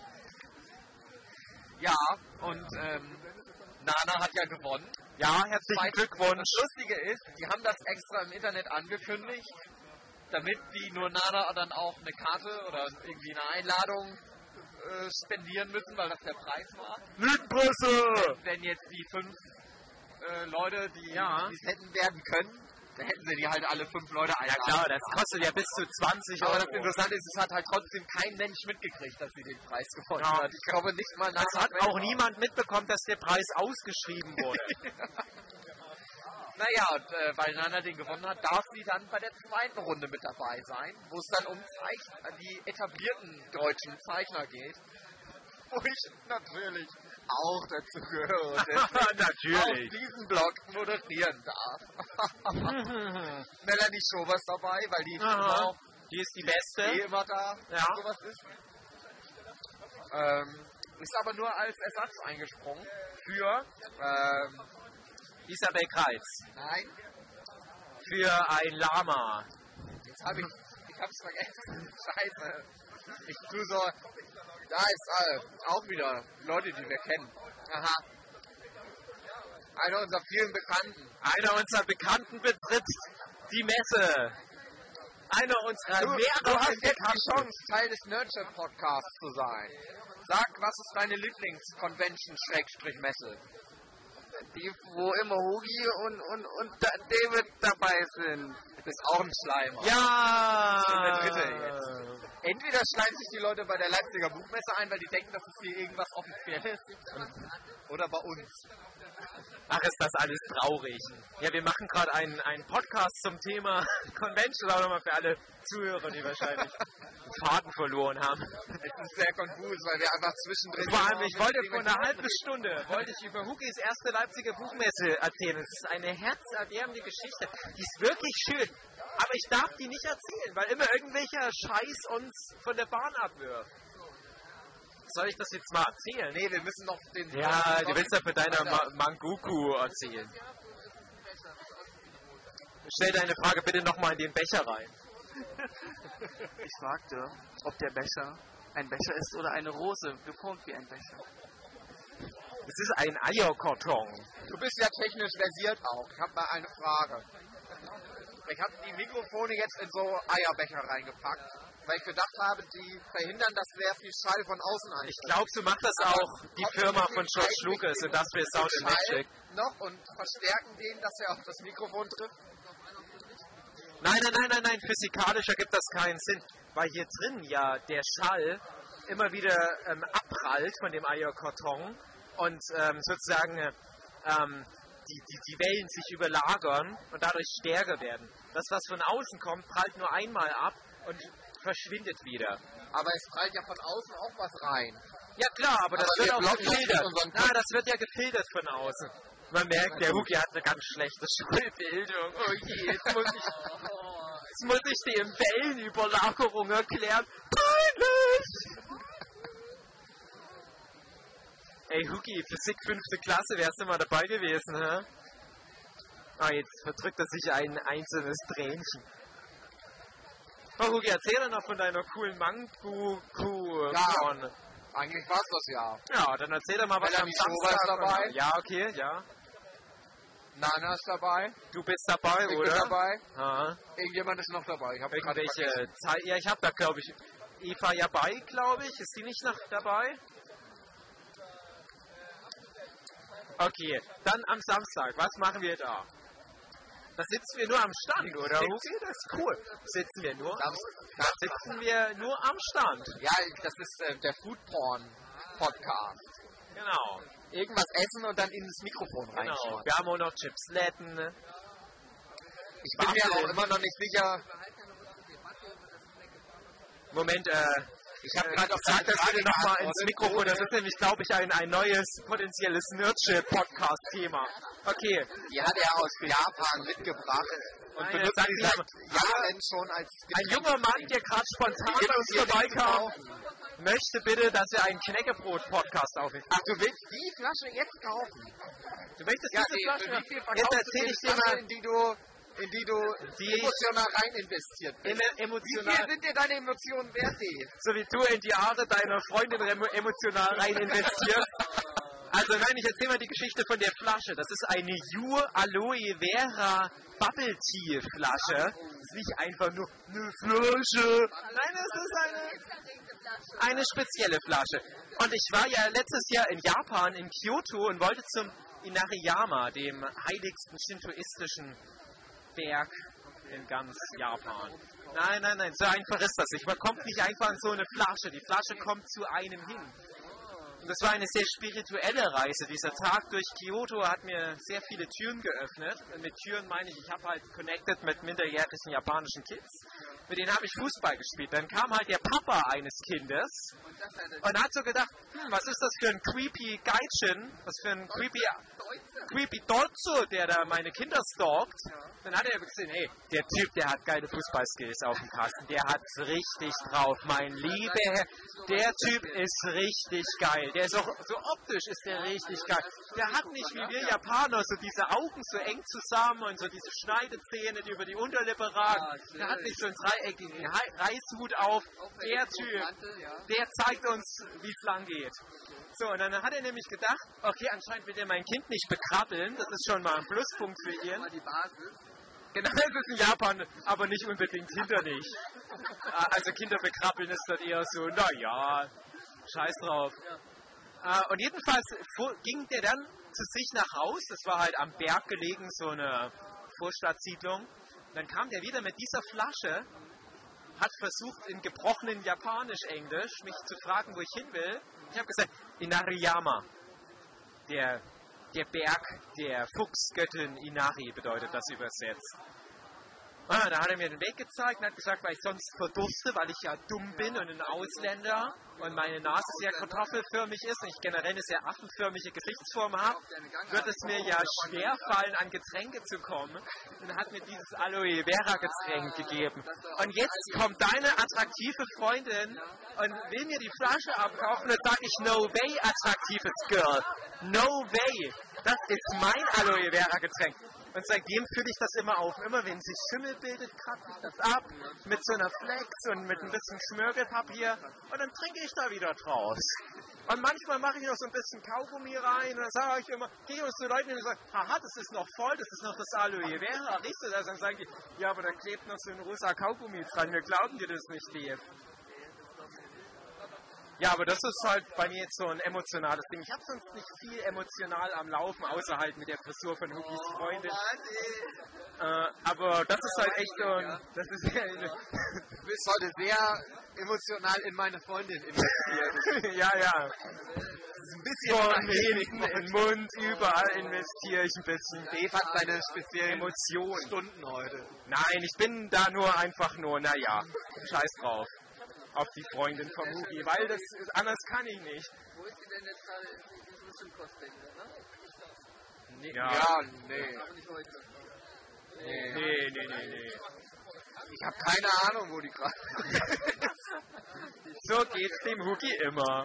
Ja, und ähm, Nana hat ja gewonnen. Ja, herzlichen Weil Glückwunsch. Das Lustige ist, die haben das extra im Internet angekündigt, damit die nur Nana dann auch eine Karte oder irgendwie eine Einladung äh, spendieren müssen, weil das der Preis war. Lügenpresse! Wenn jetzt die fünf äh, Leute, die Ja. es hätten werden können, dann hätten sie die halt alle fünf Leute Ja einladen. klar, das kostet ja bis zu zwanzig Euro. Aber das Interessante ist, es hat halt trotzdem kein Mensch mitgekriegt, dass sie den Preis gewonnen Ja. hat. Ich glaube nicht mal Das Nana hat selber. auch niemand mitbekommen, dass der Preis ausgeschrieben wurde. Naja, und äh, weil Nana den gewonnen hat, darf sie dann bei der zweiten Runde mit dabei sein, wo es dann um Zeich die etablierten deutschen Zeichner geht. Wo ich natürlich auch dazu gehöre. und deswegen Natürlich. Auf diesen Blog moderieren darf. Melanie Schobers dabei, weil die Aha. immer auch Die ist die eh Beste. immer da, wenn Ja. sowas ist. Ähm, ist aber nur als Ersatz eingesprungen für, ähm, Isabel Kreitz. nein, Für ein Lama. jetzt habe ich, ich hab's vergessen, scheiße. Ich tu so, da ist äh, auch wieder Leute, die wir kennen. Aha. Einer unserer vielen Bekannten. Einer unserer Bekannten betritt die Messe. Einer unserer Du, du mehreren hast jetzt die Bekannten. Chance, Teil des Nurture-Podcasts zu sein. Sag, was ist deine Lieblings-Convention-Messe? Die, wo immer Hugi und, und, und Da- David dabei sind. Du bist auch ein Schleimer. Ja. Schon der dritte jetzt. Entweder schleimen sich die Leute bei der Leipziger Buchmesse ein, weil die denken, dass es hier irgendwas Offizielles gibt. Oder bei uns. Ach, ist das alles traurig. Ja, wir machen gerade einen, einen Podcast zum Thema Convention, auch nochmal für alle Zuhörer, die wahrscheinlich den Faden verloren haben. Es ist sehr konfus, weil wir einfach zwischendrin... Vor allem, ich wollte vor einer halben Stunde, wollte ich über Hugis erste Leipziger Buchmesse erzählen. Es ist eine herzerwärmende Geschichte. Die ist wirklich schön. Aber ich darf die nicht erzählen, weil immer irgendwelcher Scheiß uns von der Bahn abwirft. Soll ich das jetzt mal erzählen? Nee, wir müssen noch den... Ja, du willst ja von deiner Ma Manguku erzählen. Stell deine Frage bitte nochmal in den Becher rein. Ich fragte, ob der Becher ein Becher ist oder eine Rose, geformt wie ein Becher. Es ist ein Eierkarton. Du bist ja technisch versiert auch. Ich habe mal eine Frage. Ich habe die Mikrofone jetzt in so Eierbecher reingepackt, weil ich gedacht habe, die verhindern, dass sehr viel Schall von außen eintritt. Ich glaube, so macht das auch die Firma von George Lucas, Industrial Sound and Magic. Noch und verstärken den, dass er auf das Mikrofon trifft. Nein, nein, nein, nein, nein, physikalisch ergibt das keinen Sinn, weil hier drin ja der Schall immer wieder ähm, abprallt von dem Eierkarton und ähm, sozusagen äh, ähm, die, die, die Wellen sich überlagern und dadurch stärker werden. Das, was von außen kommt, prallt nur einmal ab und verschwindet wieder. Aber es prallt ja von außen auch was rein. Ja klar, aber das Aber wird wir auch blocken gefiltert. unseren Na, das wird ja gefiltert von außen. Man merkt, der Huki hat eine ganz schlechte Schulbildung. Oh je, jetzt muss ich, jetzt muss ich dem Wellenüberlagerung erklären. Peinlich! Ey Huki, Physik fünfte Klasse, wärst du mal dabei gewesen, hä? Ah, jetzt verdrückt er sich ein einzelnes Tränchen. Oh Huki, erzähl doch noch von deiner coolen Mangu-Kuh. Ja. Eigentlich war's das ja. Ja, dann erzähl doch mal was am Melanie Schober ist Samstag. dabei. Ja, okay, ja. Nana ist dabei. Du bist dabei, Ich oder? bin dabei. Aha. Irgendjemand ist noch dabei. Ich habe gerade Irgendwelche vergessen. Zeit. Ja, ich habe da, glaube ich, Eva Jabay, glaube ich. Ist sie nicht noch dabei? Okay, dann am Samstag. Was machen wir da? Da sitzen wir nur am Stand, oder? Okay, das ist cool. Sitzen wir nur? Da sitzen wir nur am Stand. Ja, das ist äh, der Food Porn Podcast. Genau. Irgendwas essen und dann ins Mikrofon Genau. reinschauen. Wir haben auch noch Chipsletten. Ich bin mir auch immer noch nicht sicher. Moment, äh, Ich habe äh, gerade auf sag deine das bitte Frage nochmal ins geantwortet. Mikrofon. Das ist nämlich, glaube ich, ein, ein neues potenzielles Nerdship-Podcast-Thema. Okay. Die hat er aus Japan mitgebracht und Nein, benutzt sag die nicht, seit Jahren schon als Ein junger Mann, der gerade spontan bei uns vorbeikam, möchte bitte, dass er einen Knäckebrot-Podcast aufnimmt. Ach, du willst die Flasche jetzt kaufen? Du möchtest Ja, diese nee, Flasche? für wie viel Jetzt verkaufst du erzähl die ich dir Flasche, mal in die du, in die du Die- emotional rein investiert bist? in Wie viel emotional, sind dir deine Emotionen wert, Dave? so wie du in die Haare deiner Freundin remo- emotional rein investierst. Also nein, ich erzähl mal die Geschichte von der Flasche. Das ist eine Jur Aloe Vera Bubble Tea Flasche. Das ist nicht einfach nur eine Flasche. Nein, es ist eine, eine spezielle Flasche. Und ich war ja letztes Jahr in Japan, in Kyoto, und wollte zum Inariyama, dem heiligsten shintoistischen Berg in ganz Japan. Nein, nein, nein, so einfach ist das nicht. Man kommt nicht einfach an so eine Flasche. Die Flasche kommt zu einem hin. Und das war eine sehr spirituelle Reise. Dieser Tag durch Kyoto hat mir sehr viele Türen geöffnet. Und mit Türen meine ich, ich habe halt connected mit minderjährigen japanischen Kids. Mit denen habe ich Fußball gespielt. Dann kam halt der Papa eines Kindes und hat so gedacht, hm, was ist das für ein creepy Gaijin, was für ein creepy, creepy Dolzo, der da meine Kinder stalkt. Dann hat er gesehen, hey, der Typ, der hat geile Fußballskills auf dem Kasten, der hat's richtig drauf, mein lieber Herr. Der Typ ist richtig geil. Der ist auch, so optisch ist der richtig geil. Der hat nicht wie wir Japaner so diese Augen so eng zusammen und so diese Schneidezähne, die über die Unterlippe ragen. Der hat nicht so einen dreieckigen Hai- Reißhut auf. Der Typ, der zeigt uns, wie es lang geht. So, und dann hat er nämlich gedacht, okay, anscheinend will er mein Kind nicht bekrabbeln. Das ist schon mal ein Pluspunkt für ihn. Die Basis. Genau, das ist in Japan, aber nicht unbedingt hinderlich. Also Kinder bekrabbeln ist dann eher so, naja, scheiß drauf. Äh, Und jedenfalls fuhr- ging der dann zu sich nach Haus. Das war halt am Berg gelegen, so eine Vorstadtsiedlung. Und dann kam der wieder mit dieser Flasche, hat versucht in gebrochenen Japanisch-Englisch mich zu fragen, wo ich hin will. Ich habe gesagt, Inariyama. Der, der Berg der Fuchsgöttin Inari bedeutet das übersetzt. Ah, da hat er mir den Weg gezeigt und hat gesagt, weil ich sonst verdurste, weil ich ja dumm bin und ein Ausländer und meine Nase sehr kartoffelförmig ist und ich generell eine sehr affenförmige Gesichtsform habe, wird es mir ja schwer fallen, an Getränke zu kommen. Und hat mir dieses Aloe Vera Getränk gegeben. Und jetzt kommt deine attraktive Freundin und will mir die Flasche abkaufen und dann sage ich, no way, attraktives Girl. No way. Das ist mein Aloe Vera Getränk. Und seitdem fülle ich das immer auf. Immer wenn sich Schimmel bildet, kratze ich das ab mit so einer Flex und mit ein bisschen Schmirgelpapier und dann trinke ich da wieder draus. Und manchmal mache ich noch so ein bisschen Kaugummi rein und dann sage ich immer, gehe ich zu Leuten und sage, haha, das ist noch voll, das ist noch das Aloe Vera, riechst du das? Dann sagen die, ja, aber da klebt noch so ein rosa Kaugummi dran, wir glauben dir das nicht, Dave. Ja, aber das ist halt bei mir jetzt so ein emotionales Ding. Ich habe sonst nicht viel emotional am Laufen, außer halt mit der Frisur von Hugis Freundin. Äh, aber das ist halt echt so ein... Das ist ja eine Du bist heute sehr emotional in meine Freundin investiert. ja, ja. Das ist ein bisschen Von hinten in den Mund, überall investiere ich ein bisschen. Dave hat seine speziellen Emotionen. Stunden heute. Nein, ich bin da nur einfach nur, naja, scheiß drauf. Auf die Freundin von Hugi, weil das anders kann ich nicht. Wo ist sie denn jetzt gerade? Ist ein bisschen Kostding, ne? Nee, Ja, ja. nee. Aber nicht heute. Nee, nee, nee, nee, nee. Ich habe keine Ahnung, wo die gerade... So geht's dem Hugi immer.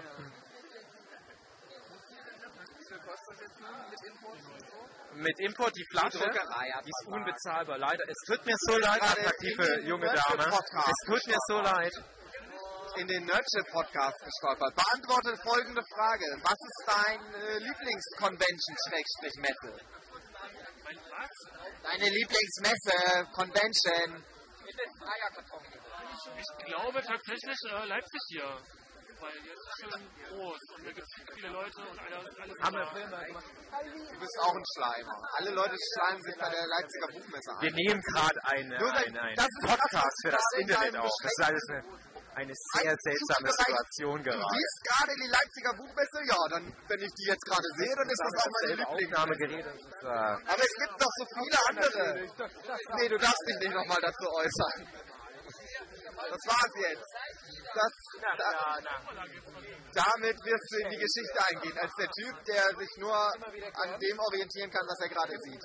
Mit Import die Flasche, die ist unbezahlbar, leider. Es tut mir so leid, attraktive junge Dame. Es tut mir so leid. in den Nerdship-Podcast gestolpert. Beantworte folgende Frage. Was ist dein äh, Lieblings-Convention-Messe? Mein was? Deine Lieblingsmesse, Convention. In den Eierkarton. Ich glaube tatsächlich äh, Leipzig hier. Weil hier ist schön groß und hier gibt es viele Leute und alle, alles Haben wir da. Filme gemacht? Du bist auch ein Schleimer. Alle Leute schleimen sich bei der Leipziger Buchmesse ein. Wir nehmen gerade eine, Nur wenn- eine, einen das ist Podcast das, was für das gerade in Internet deinem auf. Das ist alles eine, eine sehr Ein seltsame Zugbereich- Situation Du gerade. siehst gerade die Leipziger Buchmesse? Ja, dann, wenn ich die jetzt gerade sehe, dann ist das auch meine Lieblingsmesse. Aufnahmegerät. Das ist, äh, Aber es gibt noch so viele andere. Nee, du darfst dich nicht nochmal dazu äußern. Das war's jetzt. Das, da, damit wirst du in die Geschichte eingehen, als der Typ, der sich nur an dem orientieren kann, was er gerade sieht.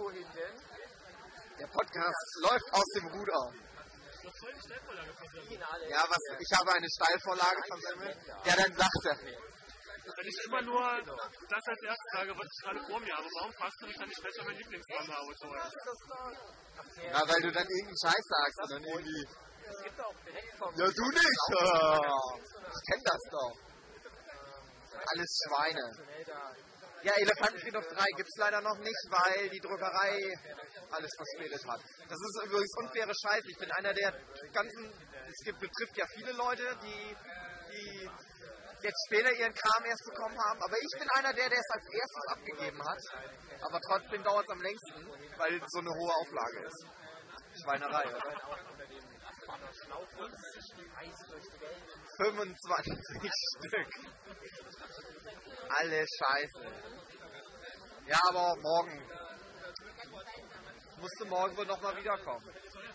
Der Podcast läuft aus dem Ruder. Ja, was, ich habe eine Steilvorlage versammelt. Ja, dann sag's er. Wenn ich immer nur das als erstes sage, was ich gerade vor mir habe, warum fragst du mich dann nicht später mein Lieblingsmanga-Autor? Ja, weil du dann irgendeinen Scheiß sagst und dann irgendwie... Ja, du nicht! Ich kenn das doch. Alles Schweine. Ja, Elefantenkino drei gibt's leider noch nicht, weil die Druckerei alles verspätet hat. Das ist übrigens unfaire Scheiße. Ich bin einer der ganzen... Es gibt, betrifft ja viele Leute, die... die jetzt später ihren Kram erst bekommen haben, aber ich bin einer der, der es als erstes abgegeben hat. Aber trotzdem dauert es am längsten, weil so eine hohe Auflage ist. Schweinerei, oder? fünfundzwanzig Stück. Alle Scheiße. Ja, aber morgen. Musst du morgen wohl nochmal wiederkommen.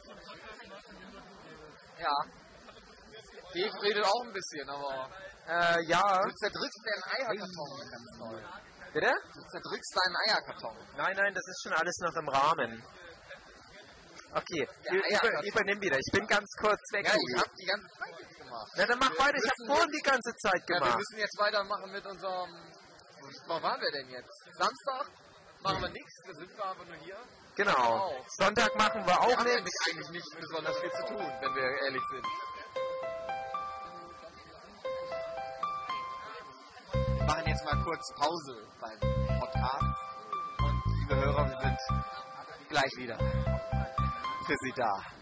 Ja. Dave redet auch ein bisschen, aber... äh, ja. Du zerdrückst deinen Eierkarton. Ganz toll. Bitte? Du zerdrückst deinen Eierkarton. Nein, nein, das ist schon alles noch im Rahmen. Okay, Der über, Eierkarton. übernimm wieder. Ich bin ganz kurz weg. Ja, ich hab die ganze Zeit nichts gemacht. Na, dann mach Wir weiter. Ich müssen hab vorhin jetzt- die ganze Zeit Ja, wir gemacht. müssen jetzt weitermachen mit unserem... Wo waren wir denn jetzt? Samstag? Machen wir nichts, da sind wir einfach nur hier. Genau. Auch. Sonntag machen wir Wir auch haben nichts. nämlich eigentlich nicht besonders viel zu tun, wenn wir ehrlich sind. Wir machen jetzt mal kurz Pause beim Podcast. Und liebe Hörer, wir sind gleich wieder für Sie da.